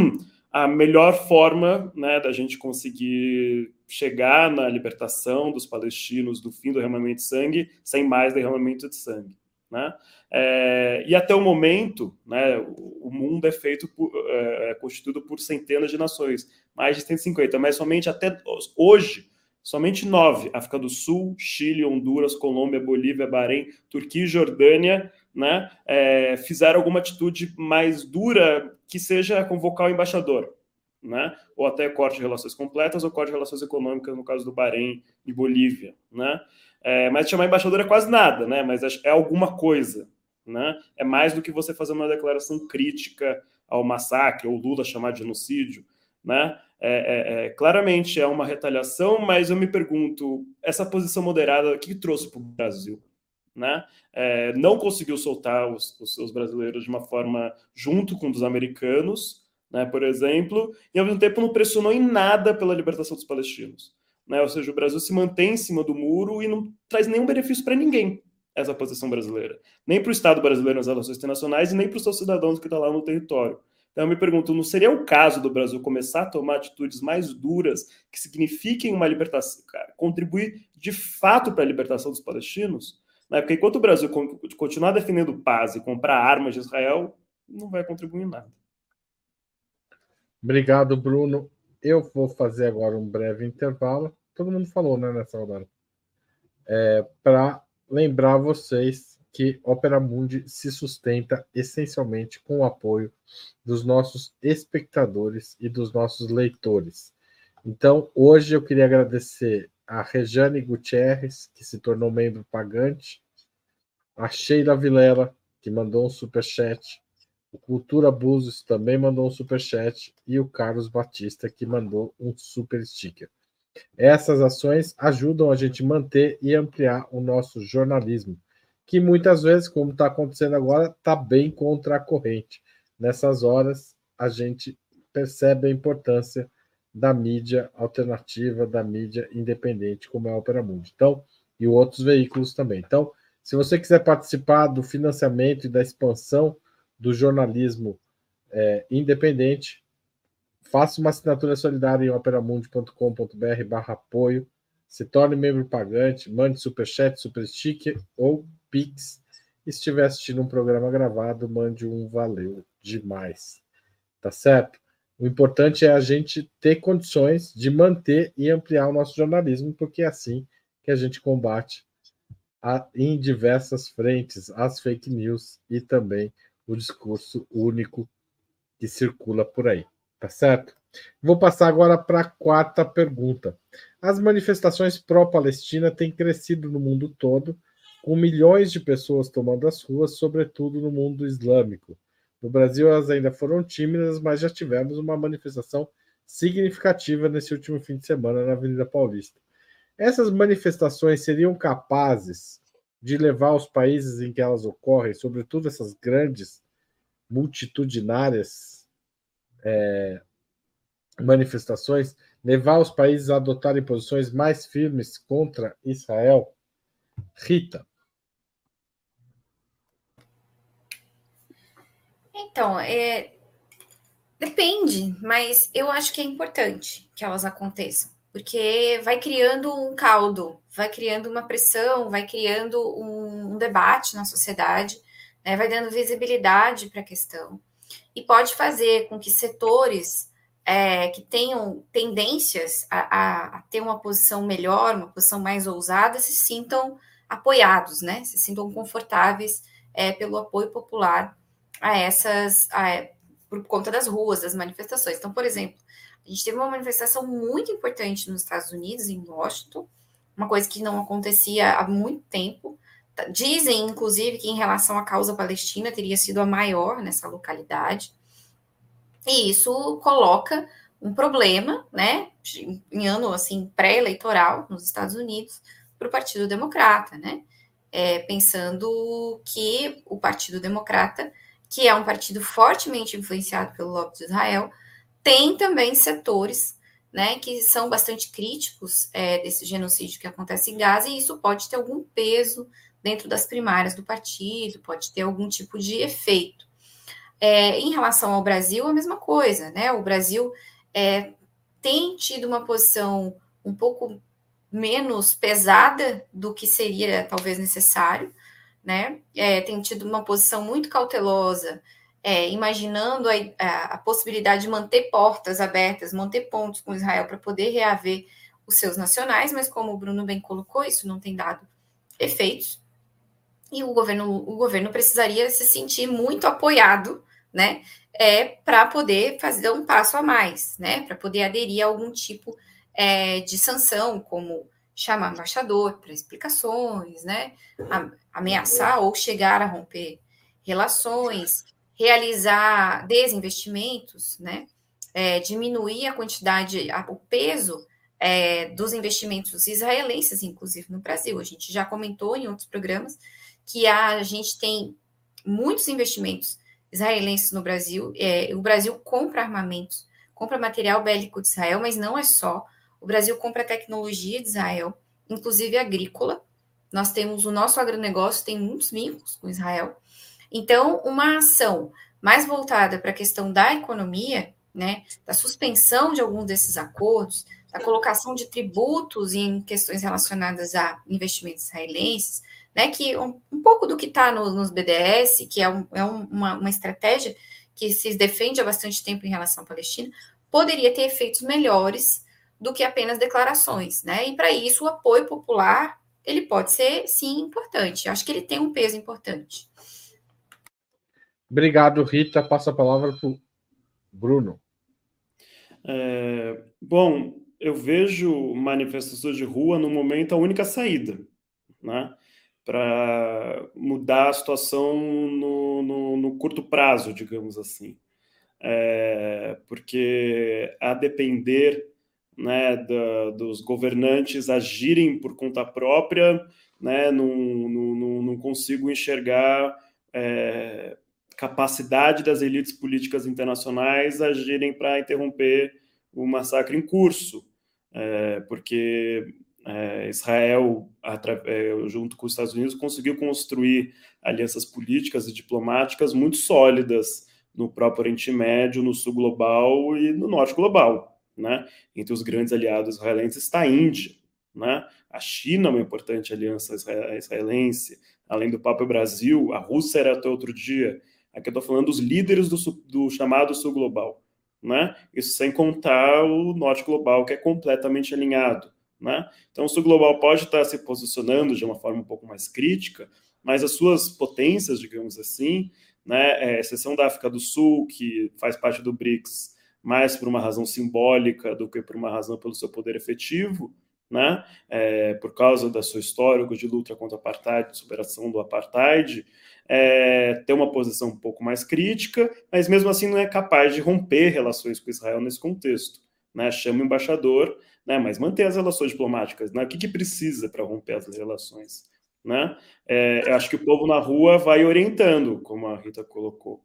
a melhor forma, né, da gente conseguir chegar na libertação dos palestinos, do fim do derramamento de sangue, sem mais derramamento de sangue, né? É, e até o momento, né, o, o mundo é feito por, é, é constituído por centenas de nações, mais de cento e cinquenta, mas somente até hoje, somente nove, África do Sul, Chile, Honduras, Colômbia, Bolívia, Bahrein, Turquia e Jordânia, né, é, fizeram alguma atitude mais dura que seja convocar o embaixador, né, ou até corte de relações completas ou corte de relações econômicas, no caso do Bahrein e Bolívia, né. É, mas chamar embaixador é quase nada, né, mas é alguma coisa, né, é mais do que você fazer uma declaração crítica ao massacre, ou Lula chamar de genocídio, né. É, é, é, claramente é uma retaliação, mas eu me pergunto, essa posição moderada, o que trouxe para o Brasil? Né? É, não conseguiu soltar os, os seus brasileiros de uma forma junto com os americanos, né, por exemplo, e ao mesmo tempo não pressionou em nada pela libertação dos palestinos. Né? Ou seja, o Brasil se mantém em cima do muro e não traz nenhum benefício para ninguém, essa posição brasileira. Nem para o Estado brasileiro nas relações internacionais e nem para os seus cidadãos que estão lá no território. Então eu me pergunto, não seria o caso do Brasil começar a tomar atitudes mais duras que signifiquem uma libertação, contribuir de fato para a libertação dos palestinos? Né? Porque enquanto o Brasil continuar defendendo paz e comprar armas de Israel, não vai contribuir em nada. Obrigado, Bruno. Eu vou fazer agora um breve intervalo. Todo mundo falou, né, nessa hora. É, para lembrar vocês que Opera Mundi se sustenta essencialmente com o apoio dos nossos espectadores e dos nossos leitores. Então, hoje eu queria agradecer a Rejane Gutierrez, que se tornou membro pagante, a Sheila Vilela, que mandou um superchat, o Cultura Búzios também mandou um superchat, e o Carlos Batista, que mandou um super sticker. Essas ações ajudam a gente manter e ampliar o nosso jornalismo, que muitas vezes, como está acontecendo agora, está bem contra a corrente. Nessas horas, a gente percebe a importância da mídia alternativa, da mídia independente, como é a Opera Mundi. Então, e outros veículos também. Então, se você quiser participar do financiamento e da expansão do jornalismo é, independente, faça uma assinatura solidária em operamundi.com.br barra apoio, se torne membro pagante, mande superchat, super sticker ou Pix. E se estiver assistindo um programa gravado, mande um valeu demais. Tá certo? O importante é a gente ter condições de manter e ampliar o nosso jornalismo, porque é assim que a gente combate a, em diversas frentes as fake news e também o discurso único que circula por aí. Tá certo? Vou passar agora para a quarta pergunta. As manifestações pró-Palestina têm crescido no mundo todo, com milhões de pessoas tomando as ruas, sobretudo no mundo islâmico. No Brasil, elas ainda foram tímidas, mas já tivemos uma manifestação significativa nesse último fim de semana na Avenida Paulista. Essas manifestações seriam capazes de levar os países em que elas ocorrem, sobretudo essas grandes, multitudinárias é, manifestações, levar os países a adotarem posições mais firmes contra Israel? Rita. Então, é, depende, mas eu acho que é importante que elas aconteçam, porque vai criando um caldo, vai criando uma pressão, vai criando um, um debate na sociedade, né, vai dando visibilidade para a questão, e pode fazer com que setores é, que tenham tendências a, a, a ter uma posição melhor, uma posição mais ousada, se sintam apoiados, né, se sintam confortáveis é, pelo apoio popular a essas, a, por conta das ruas, das manifestações. Então, por exemplo, a gente teve uma manifestação muito importante nos Estados Unidos, em Washington, uma coisa que não acontecia há muito tempo. Dizem, inclusive, que em relação à causa palestina teria sido a maior nessa localidade. E isso coloca um problema, né, em ano assim pré-eleitoral nos Estados Unidos, para o Partido Democrata, né? É, pensando que o Partido Democrata, que é um partido fortemente influenciado pelo lobby de Israel, tem também setores, né, que são bastante críticos é, desse genocídio que acontece em Gaza, e isso pode ter algum peso dentro das primárias do partido, pode ter algum tipo de efeito. É, em relação ao Brasil, a mesma coisa, né? O Brasil é, tem tido uma posição um pouco menos pesada do que seria talvez necessário, né? É, tem tido uma posição muito cautelosa, é, imaginando a, a, a possibilidade de manter portas abertas, manter pontos com Israel para poder reaver os seus nacionais, mas como o Bruno bem colocou, isso não tem dado efeitos. E o governo, o governo precisaria se sentir muito apoiado, né, é, para poder fazer um passo a mais, né, para poder aderir a algum tipo é, de sanção, como chamar embaixador para explicações, né, ameaçar ou chegar a romper relações, realizar desinvestimentos, né, é, diminuir a quantidade, a, o peso é, dos investimentos israelenses, inclusive no Brasil. A gente já comentou em outros programas que a gente tem muitos investimentos israelenses no Brasil. É, o Brasil compra armamentos, compra material bélico de Israel, mas não é só. O Brasil compra tecnologia de Israel, inclusive agrícola. Nós temos o nosso agronegócio, tem muitos vínculos com Israel. Então, uma ação mais voltada para a questão da economia, né, da suspensão de algum desses acordos, da colocação de tributos em questões relacionadas a investimentos israelenses, né, que um, um pouco do que está no, nos B D S, que é, um, é um, uma, uma estratégia que se defende há bastante tempo em relação à Palestina, poderia ter efeitos melhores do que apenas declarações, né? E para isso o apoio popular ele pode ser sim importante. Acho que ele tem um peso importante. Obrigado, Rita. Passo a palavra para o Bruno. É, bom, eu vejo manifestações de rua no momento a única saída, né, para mudar a situação no, no, no curto prazo, digamos assim. É, porque a depender, né, da, dos governantes agirem por conta própria, né, não, não, não consigo enxergar é, capacidade das elites políticas internacionais agirem para interromper o massacre em curso, é, porque é, Israel, é, junto com os Estados Unidos, conseguiu construir alianças políticas e diplomáticas muito sólidas no próprio Oriente Médio, no Sul global e no Norte global, né? Entre os grandes aliados israelenses está a Índia, né? A China é uma importante aliança israelense, além do próprio Brasil, a Rússia era até outro dia. Aqui eu estou falando dos líderes do, do chamado Sul global, né? Isso sem contar o Norte global, que é completamente alinhado, né? Então o Sul global pode estar se posicionando de uma forma um pouco mais crítica, mas as suas potências, digamos assim, né, é, exceção da África do Sul, que faz parte do BRICS, mais por uma razão simbólica do que por uma razão pelo seu poder efetivo, né, é, por causa da sua histórico de luta contra o apartheid, de superação do apartheid, é, tem uma posição um pouco mais crítica, mas mesmo assim não é capaz de romper relações com Israel nesse contexto, né, chama o embaixador, né, mas manter as relações diplomáticas, né, o que, que precisa para romper as relações? Né? É, eu acho que o povo na rua vai orientando, como a Rita colocou.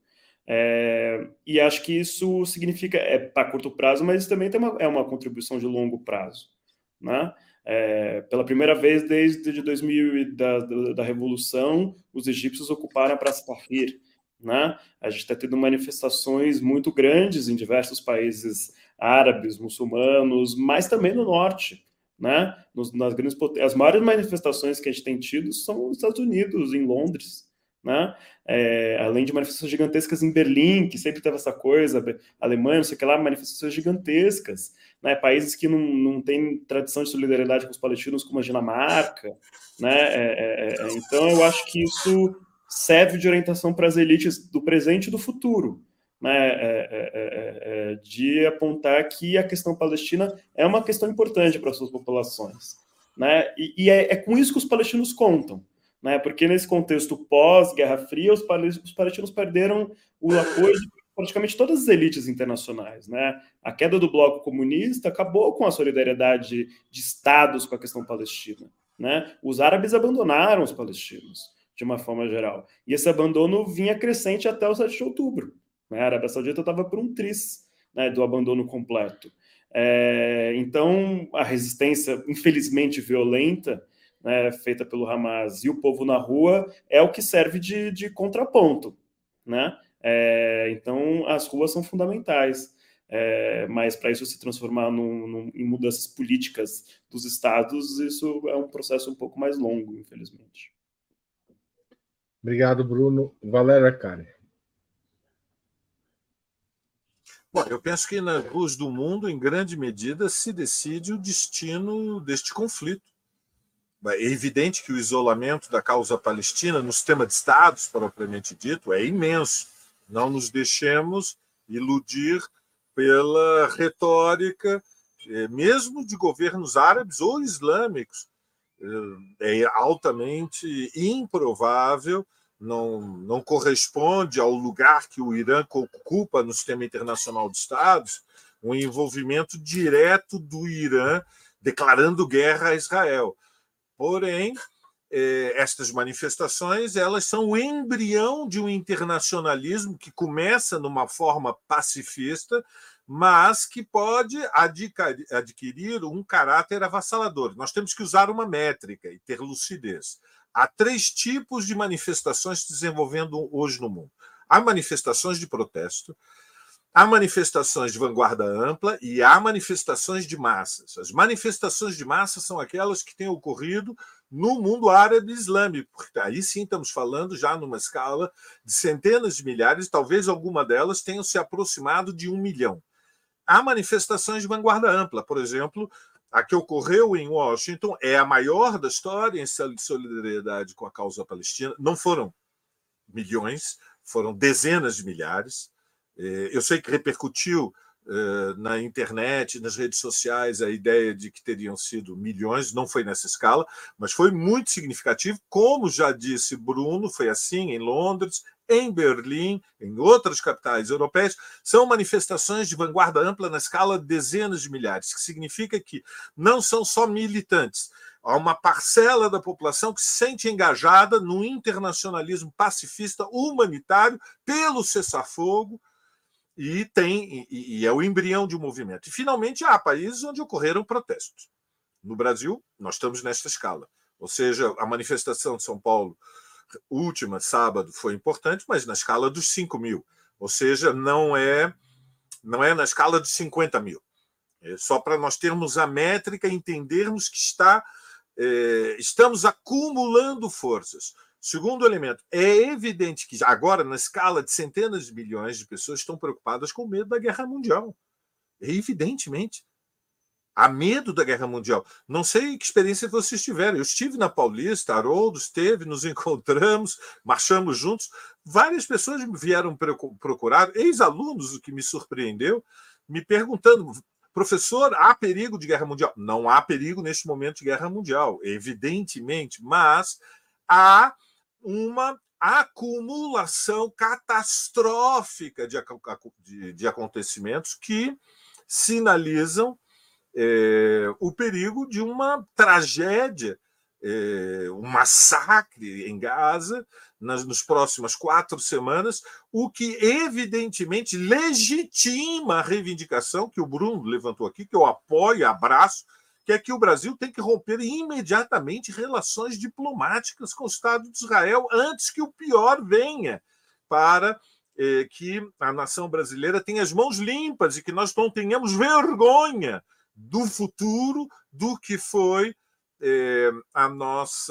É, e acho que isso significa, é para curto prazo, mas isso também tem uma, é uma contribuição de longo prazo. Né? É, pela primeira vez desde de dois mil, da, da, da Revolução, os egípcios ocuparam a Praça Tahrir. Né? A gente está tendo manifestações muito grandes em diversos países árabes, muçulmanos, mas também no norte. Né? Nos, nas grandes as maiores manifestações que a gente tem tido são nos Estados Unidos, em Londres, né? É, além de manifestações gigantescas em Berlim, que sempre teve essa coisa, Alemanha, não sei o que lá, manifestações gigantescas, né? Países que não, não têm tradição de solidariedade com os palestinos, como a Dinamarca, né? É, é, então eu acho que isso serve de orientação para as elites do presente e do futuro. Né, é, é, é, de apontar que a questão palestina é uma questão importante para as suas populações. Né, e e é, é com isso que os palestinos contam. Né, porque nesse contexto pós-Guerra Fria, os palestinos perderam o apoio de praticamente todas as elites internacionais. Né? A queda do bloco comunista acabou com a solidariedade de estados com a questão palestina. Né? Os árabes abandonaram os palestinos, de uma forma geral. E esse abandono vinha crescente até o sete de outubro. A Arábia Saudita estava por um triz, né, do abandono completo. É, então, a resistência, infelizmente violenta, né, feita pelo Hamas e o povo na rua, é o que serve de, de contraponto. Né? É, então, as ruas são fundamentais. É, mas para isso se transformar num, num, em mudanças políticas dos estados, isso é um processo um pouco mais longo, infelizmente. Obrigado, Bruno. Valéria Arcari. Bom, eu penso que nas ruas do mundo, em grande medida, se decide o destino deste conflito. É evidente que o isolamento da causa palestina no sistema de Estados, propriamente dito, é imenso. Não nos deixemos iludir pela retórica, mesmo de governos árabes ou islâmicos. É altamente improvável, não, não corresponde ao lugar que o Irã ocupa no sistema internacional de Estados, um envolvimento direto do Irã declarando guerra a Israel. Porém, eh, estas manifestações elas são o embrião de um internacionalismo que começa numa forma pacifista, mas que pode adquirir um caráter avassalador. Nós temos que usar uma métrica e ter lucidez. Há três tipos de manifestações se desenvolvendo hoje no mundo. há manifestações de protesto, há manifestações de vanguarda ampla e há manifestações de massas. As manifestações de massa são aquelas que têm ocorrido no mundo árabe islâmico, porque aí sim estamos falando já numa escala de centenas de milhares, talvez alguma delas tenham se aproximado de um milhão. Há manifestações de vanguarda ampla, por exemplo, a que ocorreu em Washington é a maior da história em solidariedade com a causa palestina. Não foram milhões, foram dezenas de milhares. Eu sei que repercutiu na internet, nas redes sociais, a ideia de que teriam sido milhões, não foi nessa escala, mas foi muito significativo. Como já disse Bruno, foi assim em Londres, em Berlim, em outras capitais europeias. São manifestações de vanguarda ampla na escala de dezenas de milhares, que significa que não são só militantes. Há uma parcela da população que se sente engajada no internacionalismo pacifista humanitário pelo cessar-fogo, e tem e, e é o embrião de um movimento. E, finalmente, há países onde ocorreram protestos. No Brasil, nós estamos nesta escala. Ou seja, a manifestação de São Paulo, última, sábado, foi importante, mas na escala dos cinco mil. Ou seja, não é, não é na escala dos cinquenta mil. É só para nós termos a métrica e entendermos que está, é, estamos acumulando forças. Segundo elemento, é evidente que agora, na escala de centenas de milhões de pessoas, estão preocupadas com o medo da guerra mundial. Evidentemente. Há medo da guerra mundial. Não sei que experiência vocês tiveram. Eu estive na Paulista, Haroldo esteve, nos encontramos, marchamos juntos. Várias pessoas me vieram procurar, ex-alunos, o que me surpreendeu, me perguntando: professor, há perigo de guerra mundial? Não há perigo neste momento de guerra mundial, evidentemente, mas há uma acumulação catastrófica de, de, de acontecimentos que sinalizam é, o perigo de uma tragédia, é, um massacre em Gaza nas, nas próximas quatro semanas, o que evidentemente legitima a reivindicação que o Bruno levantou aqui, que eu apoio e abraço, que é que o Brasil tem que romper imediatamente relações diplomáticas com o Estado de Israel antes que o pior venha, para eh, que a nação brasileira tenha as mãos limpas e que nós não tenhamos vergonha do futuro, do que foi eh, a nossa,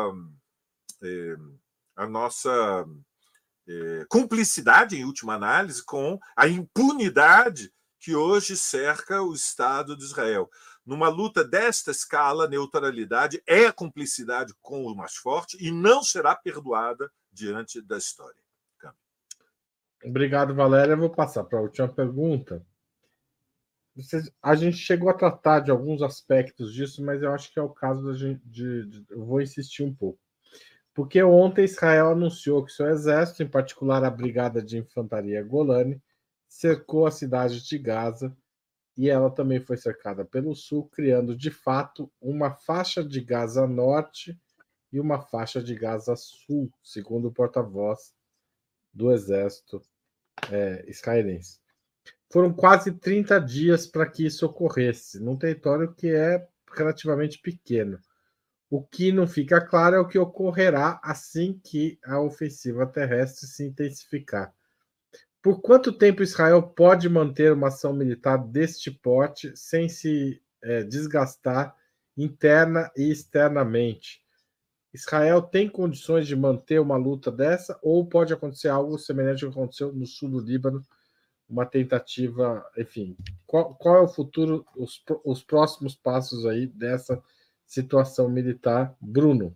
eh, a nossa eh, cumplicidade, em última análise, com a impunidade que hoje cerca o Estado de Israel. Numa luta desta escala, neutralidade é a cumplicidade com o mais forte e não será perdoada diante da história. Obrigado, Valéria. Eu vou passar para a última pergunta. Vocês, a gente chegou a tratar de alguns aspectos disso, mas eu acho que é o caso da gente, de, de, eu vou insistir um pouco. Porque ontem Israel anunciou que seu exército, em particular a Brigada de Infantaria Golani, cercou a cidade de Gaza, e ela também foi cercada pelo sul, criando, de fato, uma faixa de Gaza Norte e uma faixa de Gaza Sul, segundo o porta-voz do exército é, israelense. Foram quase trinta dias para que isso ocorresse, num território que é relativamente pequeno. O que não fica claro é o que ocorrerá assim que a ofensiva terrestre se intensificar. Por quanto tempo Israel pode manter uma ação militar deste porte sem se é, desgastar interna e externamente? Israel tem condições de manter uma luta dessa ou pode acontecer algo semelhante ao que aconteceu no sul do Líbano, uma tentativa, enfim, qual, qual é o futuro, os, os próximos passos aí dessa situação militar? Bruno?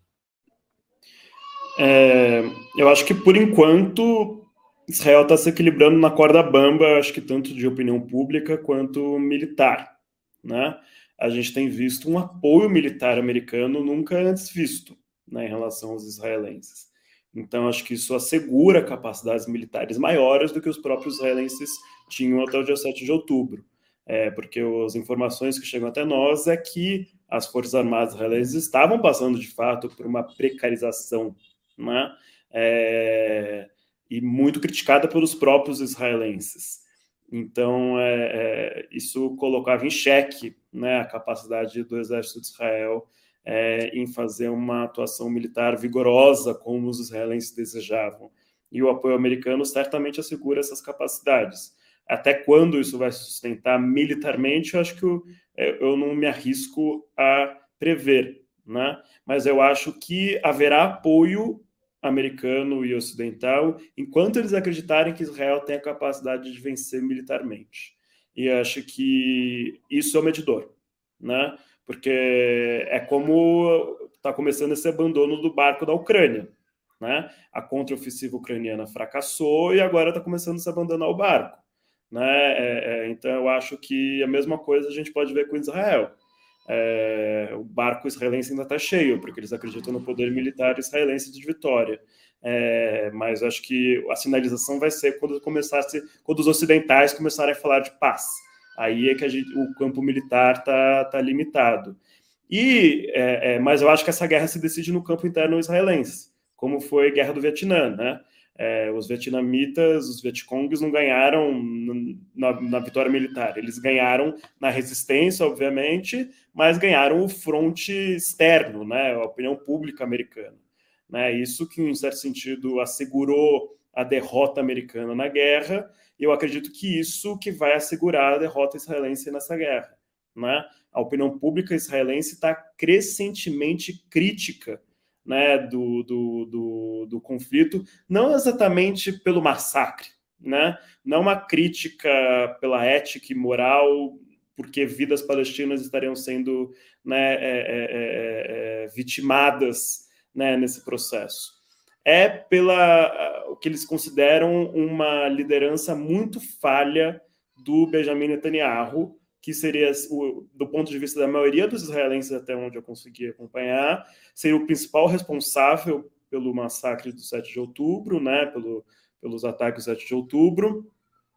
É, eu acho que, por enquanto, Israel está se equilibrando na corda bamba, acho que tanto de opinião pública quanto militar, né? A gente tem visto um apoio militar americano nunca antes visto, né, em relação aos israelenses. Então, acho que isso assegura capacidades militares maiores do que os próprios israelenses tinham até o dia sete de outubro. É, porque as informações que chegam até nós é que as Forças Armadas israelenses estavam passando, de fato, por uma precarização, né? É, e muito criticada pelos próprios israelenses. Então, é, é, isso colocava em xeque, né, a capacidade do exército de Israel é, em fazer uma atuação militar vigorosa, como os israelenses desejavam. E o apoio americano certamente assegura essas capacidades. Até quando isso vai se sustentar militarmente, eu acho que eu, eu não me arrisco a prever, né? Mas eu acho que haverá apoio americano e ocidental enquanto eles acreditarem que Israel tem a capacidade de vencer militarmente. E eu acho que isso é o medidor, né? Porque é como está começando esse abandono do barco da Ucrânia, né? A contraofensiva ucraniana fracassou e agora está começando a se abandonar o barco, né? É, é, então eu acho que a mesma coisa a gente pode ver com Israel. É, o barco israelense ainda está cheio, porque eles acreditam no poder militar israelense de vitória. É, mas acho que a sinalização vai ser quando começasse, quando os ocidentais começarem a falar de paz. Aí é que a gente, o campo militar está tá limitado. E, é, é, mas eu acho que essa guerra se decide no campo interno israelense, como foi a Guerra do Vietnã, né? É, os vietnamitas, os vietcongs não ganharam na, na vitória militar, eles ganharam na resistência, obviamente, mas ganharam o fronte externo, né, a opinião pública americana. Né, isso que, em certo sentido, assegurou a derrota americana na guerra, e eu acredito que isso que vai assegurar a derrota israelense nessa guerra. Né? A opinião pública israelense está crescentemente crítica, né, do, do, do, do conflito, não exatamente pelo massacre, né, não uma crítica pela ética e moral, porque vidas palestinas estariam sendo, né, é, é, é, vitimadas, né, nesse processo. É pela o que eles consideram uma liderança muito falha do Benjamin Netanyahu, que seria, do ponto de vista da maioria dos israelenses, até onde eu consegui acompanhar, seria o principal responsável pelo massacre do sete de outubro, né, pelo, pelos ataques do sete de outubro,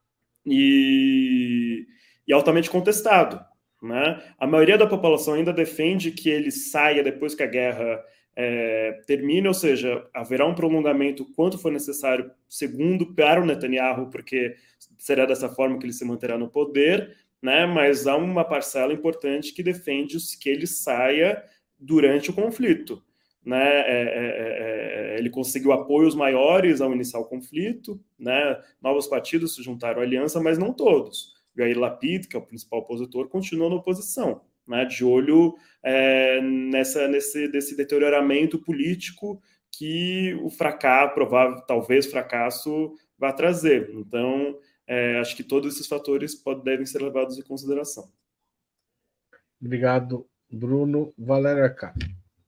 e, e altamente contestado. Né? A maioria da população ainda defende que ele saia depois que a guerra é, termine, ou seja, haverá um prolongamento quanto for necessário, segundo para o Netanyahu, porque será dessa forma que ele se manterá no poder, né? Mas há uma parcela importante que defende que ele saia durante o conflito. Né? É, é, é, ele conseguiu apoios maiores ao iniciar o conflito, né? Novos partidos se juntaram à aliança, mas não todos. Yair Lapid, que é o principal opositor, continua na oposição, né? De olho é, nessa, nesse desse deterioramento político que o fracasso, provável, talvez fracasso, vai trazer. Então, É, acho que todos esses fatores podem, devem ser levados em consideração. Obrigado, Bruno. Valério Arcari.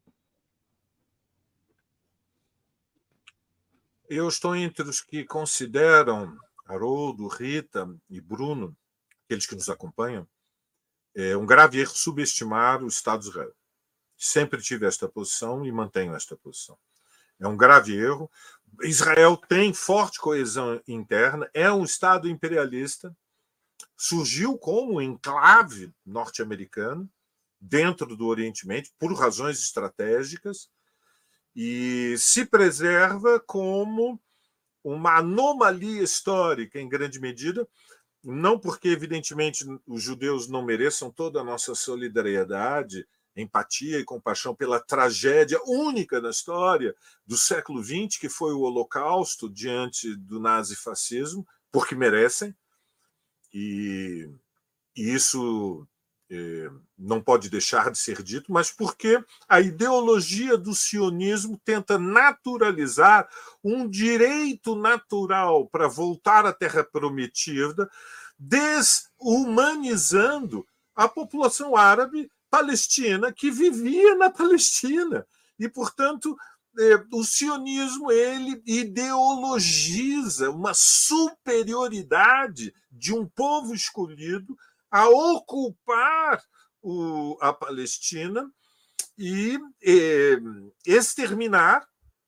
Eu estou entre os que consideram, Haroldo, Rita e Bruno, aqueles que nos acompanham, é um grave erro subestimar o Estado de Israel. Sempre tive esta posição e mantenho esta posição. É um grave erro. Israel tem forte coesão interna, é um Estado imperialista, surgiu como enclave norte-americano dentro do Oriente Médio por razões estratégicas e se preserva como uma anomalia histórica em grande medida, não porque, evidentemente, os judeus não mereçam toda a nossa solidariedade, empatia e compaixão pela tragédia única na história do século vinte, que foi o Holocausto diante do nazifascismo, porque merecem, e, e isso é, não pode deixar de ser dito, mas porque a ideologia do sionismo tenta naturalizar um direito natural para voltar à Terra Prometida, desumanizando a população árabe palestina que vivia na Palestina. E, portanto, o sionismo ele ideologiza uma superioridade de um povo escolhido a ocupar o, a Palestina e, e exterminar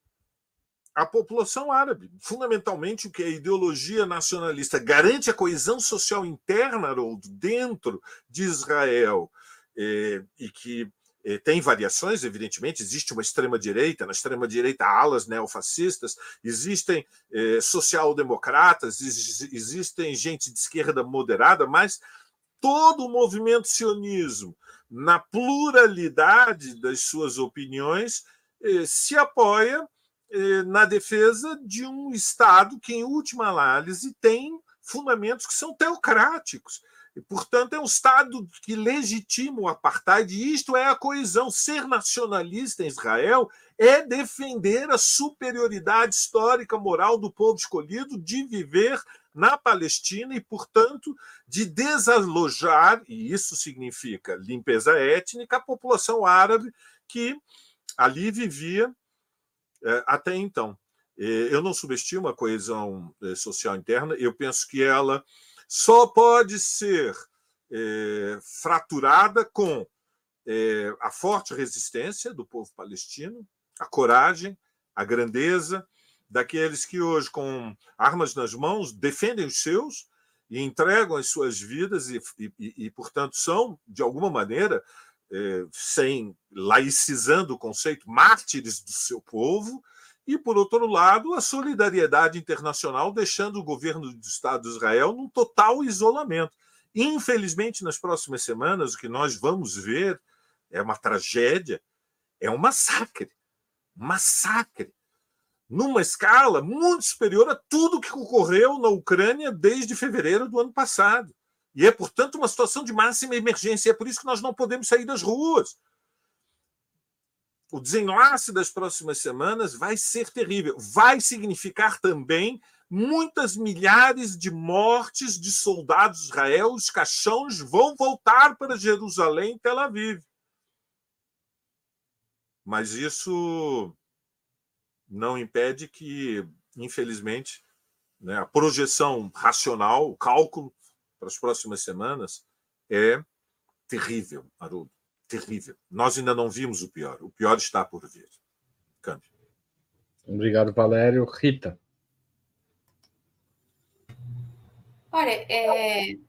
a população árabe. Fundamentalmente, o que a ideologia nacionalista garante a coesão social interna, Haroldo, dentro de Israel, É, e que é, tem variações, evidentemente, existe uma extrema-direita, na extrema-direita há alas neofascistas, existem é, social-democratas, ex existem gente de esquerda moderada, mas todo o movimento sionismo, na pluralidade das suas opiniões, é, se apoia na defesa de um Estado que, em última análise, tem fundamentos que são teocráticos. E, portanto, é um Estado que legitima o apartheid, e isto é a coesão. Ser nacionalista em Israel é defender a superioridade histórica, moral do povo escolhido de viver na Palestina e, portanto, de desalojar, e isso significa limpeza étnica, a população árabe que ali vivia até então. Eu não subestimo a coesão social interna, eu penso que ela só pode ser é, fraturada com é, a forte resistência do povo palestino, a coragem, a grandeza daqueles que hoje, com armas nas mãos, defendem os seus e entregam as suas vidas e, e, e portanto, são, de alguma maneira, é, sem laicizando o conceito, mártires do seu povo. E, por outro lado, a solidariedade internacional deixando o governo do Estado de Israel num total isolamento. Infelizmente, nas próximas semanas, o que nós vamos ver é uma tragédia, é um massacre. Um massacre. Numa escala muito superior a tudo que ocorreu na Ucrânia desde fevereiro do ano passado. E é, portanto, uma situação de máxima emergência. É por isso que nós não podemos sair das ruas. O desenlace das próximas semanas vai ser terrível. Vai significar também muitas milhares de mortes de soldados de Israel. Os caixões vão voltar para Jerusalém e Tel Aviv. Mas isso não impede que, infelizmente, né, a projeção racional, o cálculo para as próximas semanas é terrível, Haroldo. Terrível. Nós ainda não vimos o pior. O pior está por vir. Câmbio. Obrigado, Valério. Rita. Olha, é... eu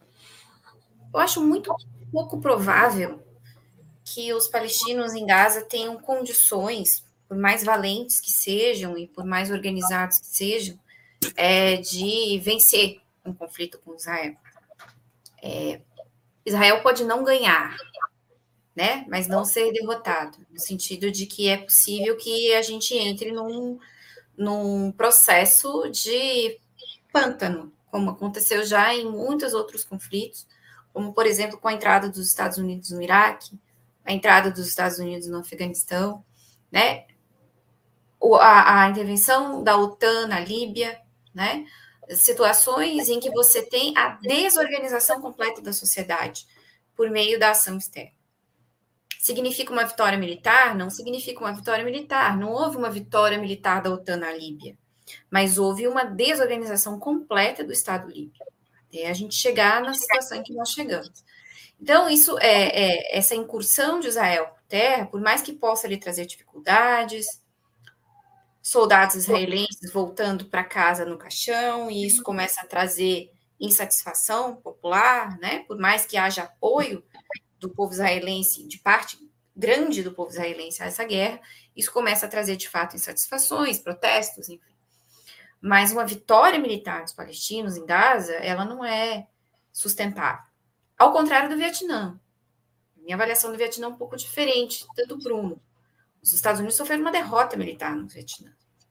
acho muito pouco provável que os palestinos em Gaza tenham condições, por mais valentes que sejam e por mais organizados que sejam, é, de vencer um conflito com Israel. É... Israel pode não ganhar, né? Mas não ser derrotado, no sentido de que é possível que a gente entre num, num processo de pântano, como aconteceu já em muitos outros conflitos, como, por exemplo, com a entrada dos Estados Unidos no Iraque, a entrada dos Estados Unidos no Afeganistão, né? O, a, a intervenção da OTAN na Líbia, né? Situações em que você tem a desorganização completa da sociedade por meio da ação externa. Significa uma vitória militar? Não significa uma vitória militar. Não houve uma vitória militar da OTAN na Líbia, mas houve uma desorganização completa do Estado líbio, até a gente chegar na situação em que nós chegamos. Então, isso é, é essa incursão de Israel por terra, por mais que possa lhe trazer dificuldades, soldados israelenses voltando para casa no caixão, e isso começa a trazer insatisfação popular, né? Por mais que haja apoio do povo israelense, de parte grande do povo israelense a essa guerra, isso começa a trazer, de fato, insatisfações, protestos, enfim. Mas uma vitória militar dos palestinos em Gaza, ela não é sustentável. Ao contrário do Vietnã. Minha avaliação do Vietnã é um pouco diferente da do Bruno. Os Estados Unidos sofreram uma derrota militar no Vietnã.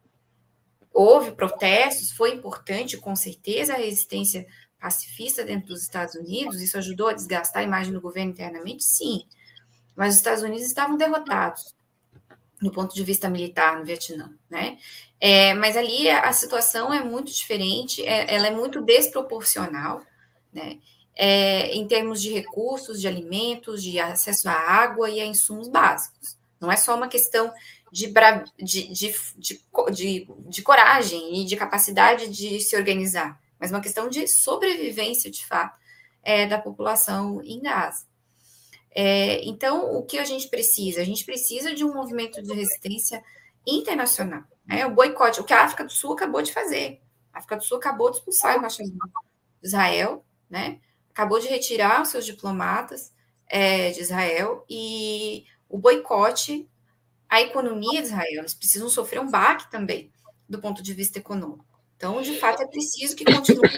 Houve protestos, foi importante, com certeza, a resistência pacifista dentro dos Estados Unidos, isso ajudou a desgastar a imagem do governo internamente? Sim. Mas os Estados Unidos estavam derrotados do ponto de vista militar no Vietnã, né? É, mas ali a situação é muito diferente, é, ela é muito desproporcional, né? É, em termos de recursos, de alimentos, de acesso à água e a insumos básicos. Não é só uma questão de, de, de, de, de, de coragem e de capacidade de se organizar, mas uma questão de sobrevivência, de fato, é, da população em Gaza. É, então, o que a gente precisa? A gente precisa de um movimento de resistência internacional. Né? O boicote, o que a África do Sul acabou de fazer. A África do Sul acabou de expulsar o embaixador de Israel, né? Acabou de retirar os seus diplomatas é, de Israel, e o boicote à economia de Israel. Eles precisam sofrer um baque também, do ponto de vista econômico. Então, de fato, é preciso que continue,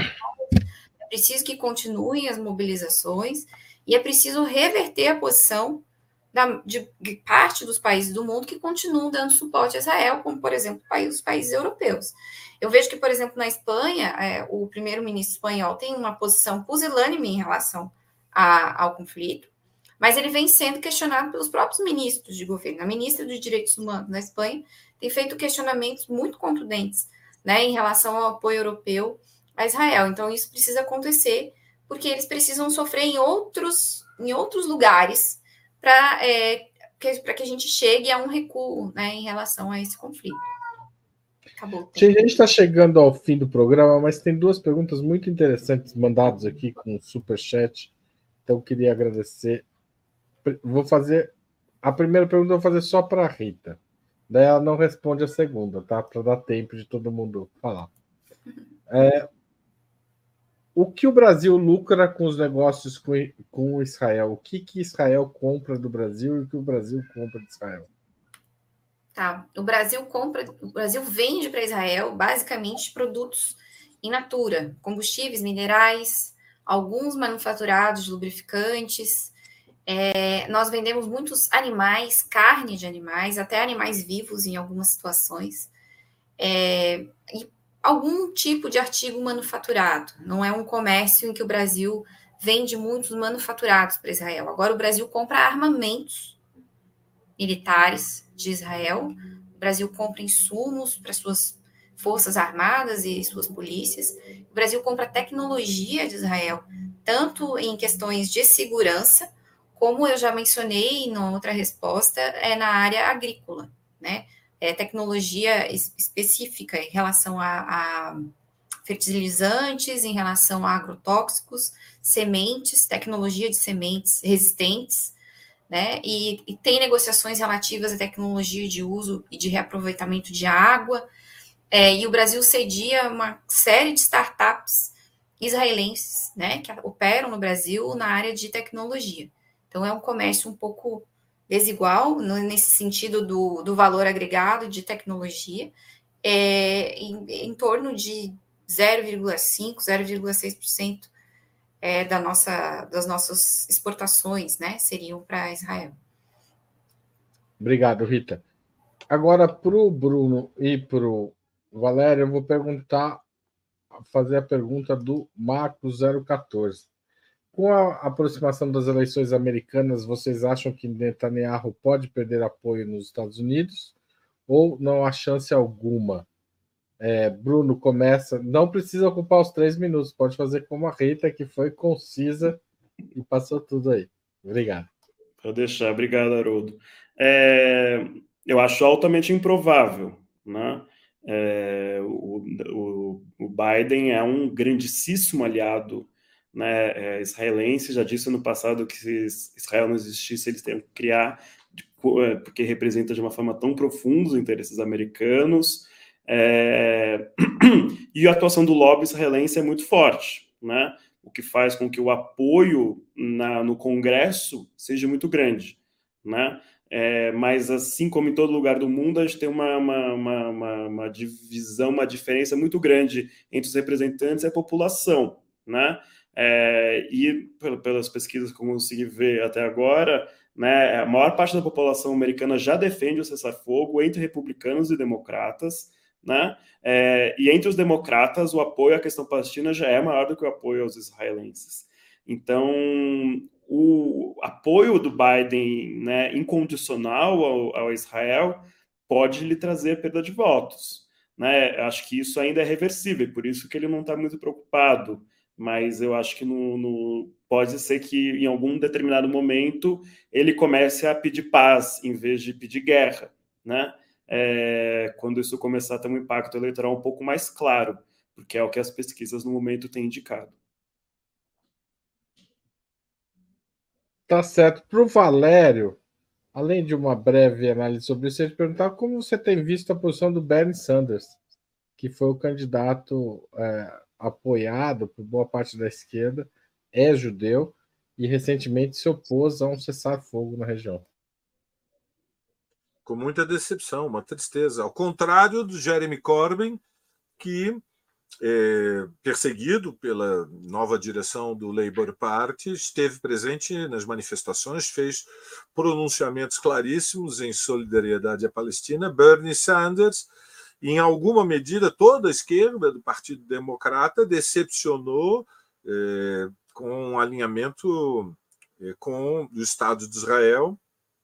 é preciso que continuem as mobilizações, e é preciso reverter a posição da, de, de parte dos países do mundo que continuam dando suporte a Israel, como, por exemplo, os países europeus. Eu vejo que, por exemplo, na Espanha, é, o primeiro-ministro espanhol tem uma posição pusilânime em relação a, ao conflito, mas ele vem sendo questionado pelos próprios ministros de governo. A ministra dos Direitos Humanos na Espanha tem feito questionamentos muito contundentes, né, em relação ao apoio europeu a Israel. Então, isso precisa acontecer, porque eles precisam sofrer em outros, em outros lugares para é, que, que a gente chegue a um recuo, né, em relação a esse conflito. Acabou. A gente está chegando ao fim do programa, mas tem duas perguntas muito interessantes mandadas aqui com o Superchat. Então, eu queria agradecer. Vou fazer... A primeira pergunta eu vou fazer só para a Rita. Daí ela não responde a segunda, tá? Para dar tempo de todo mundo falar. É... O que o Brasil lucra com os negócios com, com Israel? O que, que Israel compra do Brasil e o que o Brasil compra de Israel? Tá. O Brasil compra, o Brasil vende para Israel basicamente produtos in natura, combustíveis, minerais, alguns manufaturados, lubrificantes. É, nós vendemos muitos animais, carne de animais, até animais vivos em algumas situações. É, e algum tipo de artigo manufaturado. Não é um comércio em que o Brasil vende muitos manufaturados para Israel. Agora o Brasil compra armamentos militares de Israel. O Brasil compra insumos para suas forças armadas e suas polícias. O Brasil compra tecnologia de Israel, tanto em questões de segurança, como eu já mencionei na outra resposta, é na área agrícola, né? É tecnologia específica em relação a, a fertilizantes, em relação a agrotóxicos, sementes, tecnologia de sementes resistentes, né? E, e tem negociações relativas à tecnologia de uso e de reaproveitamento de água. É, e o Brasil cedia uma série de startups israelenses, né, que operam no Brasil na área de tecnologia. Então, é um comércio um pouco desigual, nesse sentido do, do valor agregado de tecnologia, é, em, em torno de zero vírgula cinco por cento, zero vírgula seis por cento é, da nossa, das nossas exportações, né, seriam para Israel. Obrigado, Rita. Agora, para o Bruno e para o Valério, eu vou perguntar, fazer a pergunta do Marcos zero quatorze. Com a aproximação das eleições americanas, vocês acham que Netanyahu pode perder apoio nos Estados Unidos ou não há chance alguma? É, Bruno, começa. Não precisa ocupar os três minutos, pode fazer como a Rita, que foi concisa e passou tudo aí. Obrigado. Vou deixar. Obrigado, Haroldo. É, eu acho altamente improvável, né? É, o, o, o Biden é um grandíssimo aliado, né, é, israelense. Já disse no passado que se Israel não existisse, eles teriam que criar, porque representa de uma forma tão profunda os interesses americanos. É, e a atuação do lobby israelense é muito forte, né? O que faz com que o apoio na, no Congresso seja muito grande, né? É, mas, assim como em todo lugar do mundo, a gente tem uma, uma, uma, uma, uma divisão, uma diferença muito grande entre os representantes e a população, né? É, e pelas pesquisas que eu consegui ver até agora, né, a maior parte da população americana já defende o cessar-fogo entre republicanos e democratas, né? É, e entre os democratas, o apoio à questão palestina já é maior do que o apoio aos israelenses. Então, o apoio do Biden, né, incondicional ao, ao Israel pode lhe trazer perda de votos, né? Acho que isso ainda é reversível, por isso que ele não está muito preocupado. Mas eu acho que no, no, pode ser que em algum determinado momento ele comece a pedir paz em vez de pedir guerra, né? É, quando isso começar a ter um impacto eleitoral um pouco mais claro, porque é o que as pesquisas no momento têm indicado. Tá certo. Para o Valério, além de uma breve análise sobre isso, eu ia te perguntar como você tem visto a posição do Bernie Sanders, que foi o candidato é, apoiado por boa parte da esquerda, é judeu e recentemente se opôs a um cessar-fogo na região. Com muita decepção, uma tristeza. Ao contrário do Jeremy Corbyn, que é, perseguido pela nova direção do Labour Party, esteve presente nas manifestações, fez pronunciamentos claríssimos em solidariedade à Palestina. Bernie Sanders, em alguma medida, toda a esquerda do Partido Democrata decepcionou é, com um alinhamento é, com o Estado de Israel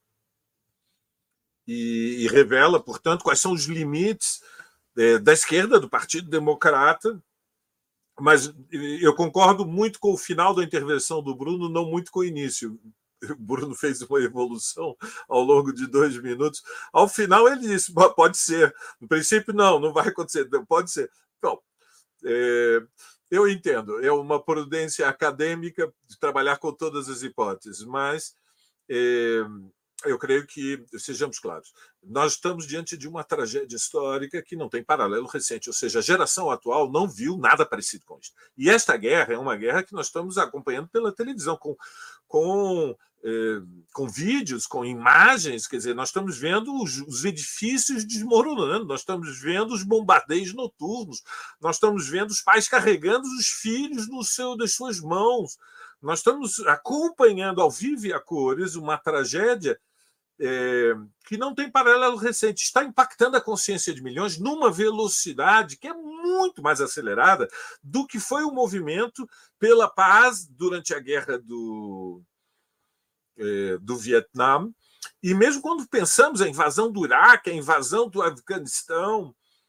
e, e revela, portanto, quais são os limites é, da esquerda do Partido Democrata. Mas eu concordo muito com o final da intervenção do Bruno, não muito com o início. O Bruno fez uma evolução ao longo de dois minutos. Ao final, ele disse: pode ser. No princípio, não, não vai acontecer. Pode ser. Bom, é, eu entendo. É uma prudência acadêmica de trabalhar com todas as hipóteses, mas é, eu creio que, sejamos claros, nós estamos diante de uma tragédia histórica que não tem paralelo recente, ou seja, a geração atual não viu nada parecido com isso. E esta guerra é uma guerra que nós estamos acompanhando pela televisão, com, com, eh, com vídeos, com imagens, quer dizer, nós estamos vendo os, os edifícios desmoronando, nós estamos vendo os bombardeios noturnos, nós estamos vendo os pais carregando os filhos no seu, das suas mãos, nós estamos acompanhando ao vivo e a cores uma tragédia É, que não tem paralelo recente, está impactando a consciência de milhões numa velocidade que é muito mais acelerada do que foi o movimento pela paz durante a guerra do, é, do Vietnã. E mesmo quando pensamos a invasão do Iraque, a invasão do Afeganistão,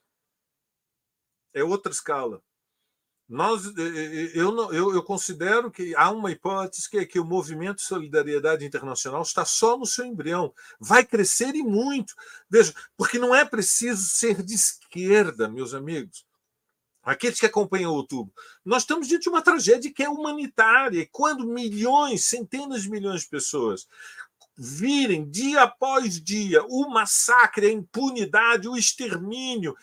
é outra escala. Nós, eu, não, eu, eu considero que há uma hipótese que é que o movimento de solidariedade internacional está só no seu embrião. Vai crescer e muito. Veja, porque não é preciso ser de esquerda, meus amigos. Aqueles que acompanham o Outubro. Nós estamos diante de uma tragédia que é humanitária. E quando milhões, centenas de milhões de pessoas virem dia após dia o massacre, a impunidade, o extermínio,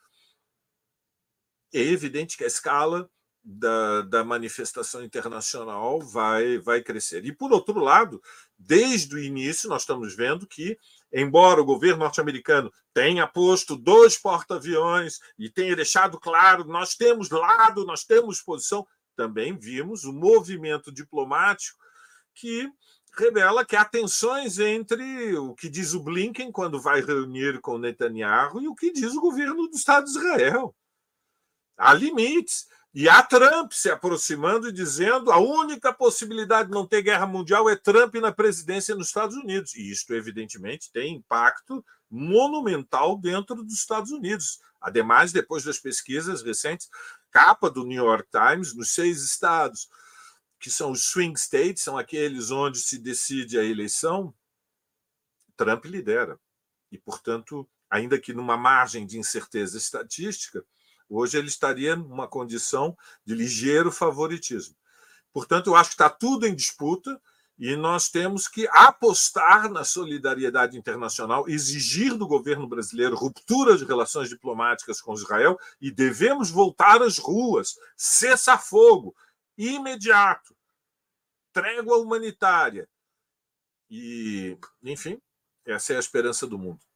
é evidente que a escala da, da manifestação internacional vai, vai crescer. E, por outro lado, desde o início, nós estamos vendo que, embora o governo norte-americano tenha posto dois porta-aviões e tenha deixado claro que nós temos lado, nós temos posição, também vimos o movimento diplomático que revela que há tensões entre o que diz o Blinken quando vai reunir com Netanyahu e o que diz o governo do Estado de Israel. Há limites. E há Trump se aproximando e dizendo a única possibilidade de não ter guerra mundial é Trump na presidência nos Estados Unidos. E isto, evidentemente, tem impacto monumental dentro dos Estados Unidos. Ademais, depois das pesquisas recentes, capa do New York Times, nos seis estados, que são os swing states, são aqueles onde se decide a eleição, Trump lidera. E, portanto, ainda que numa margem de incerteza estatística, hoje ele estaria numa condição de ligeiro favoritismo. Portanto, eu acho que está tudo em disputa e nós temos que apostar na solidariedade internacional, exigir do governo brasileiro ruptura de relações diplomáticas com Israel e devemos voltar às ruas, cessar-fogo imediato, trégua humanitária. E, enfim, essa é a esperança do mundo.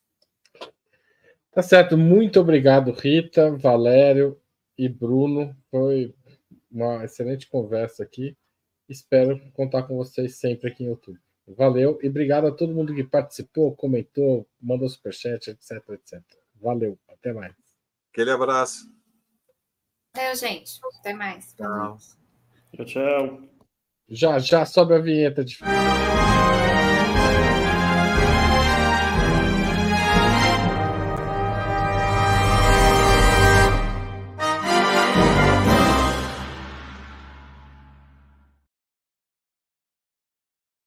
Tá certo, muito obrigado, Rita, Valério e Bruno. Foi uma excelente conversa aqui. Espero contar com vocês sempre aqui em outubro. Valeu e obrigado a todo mundo que participou, comentou, mandou superchat, etc, etcétera. Valeu, até mais. Aquele abraço. Valeu, gente. Até mais. Tchau, tchau. Já, já sobe a vinheta de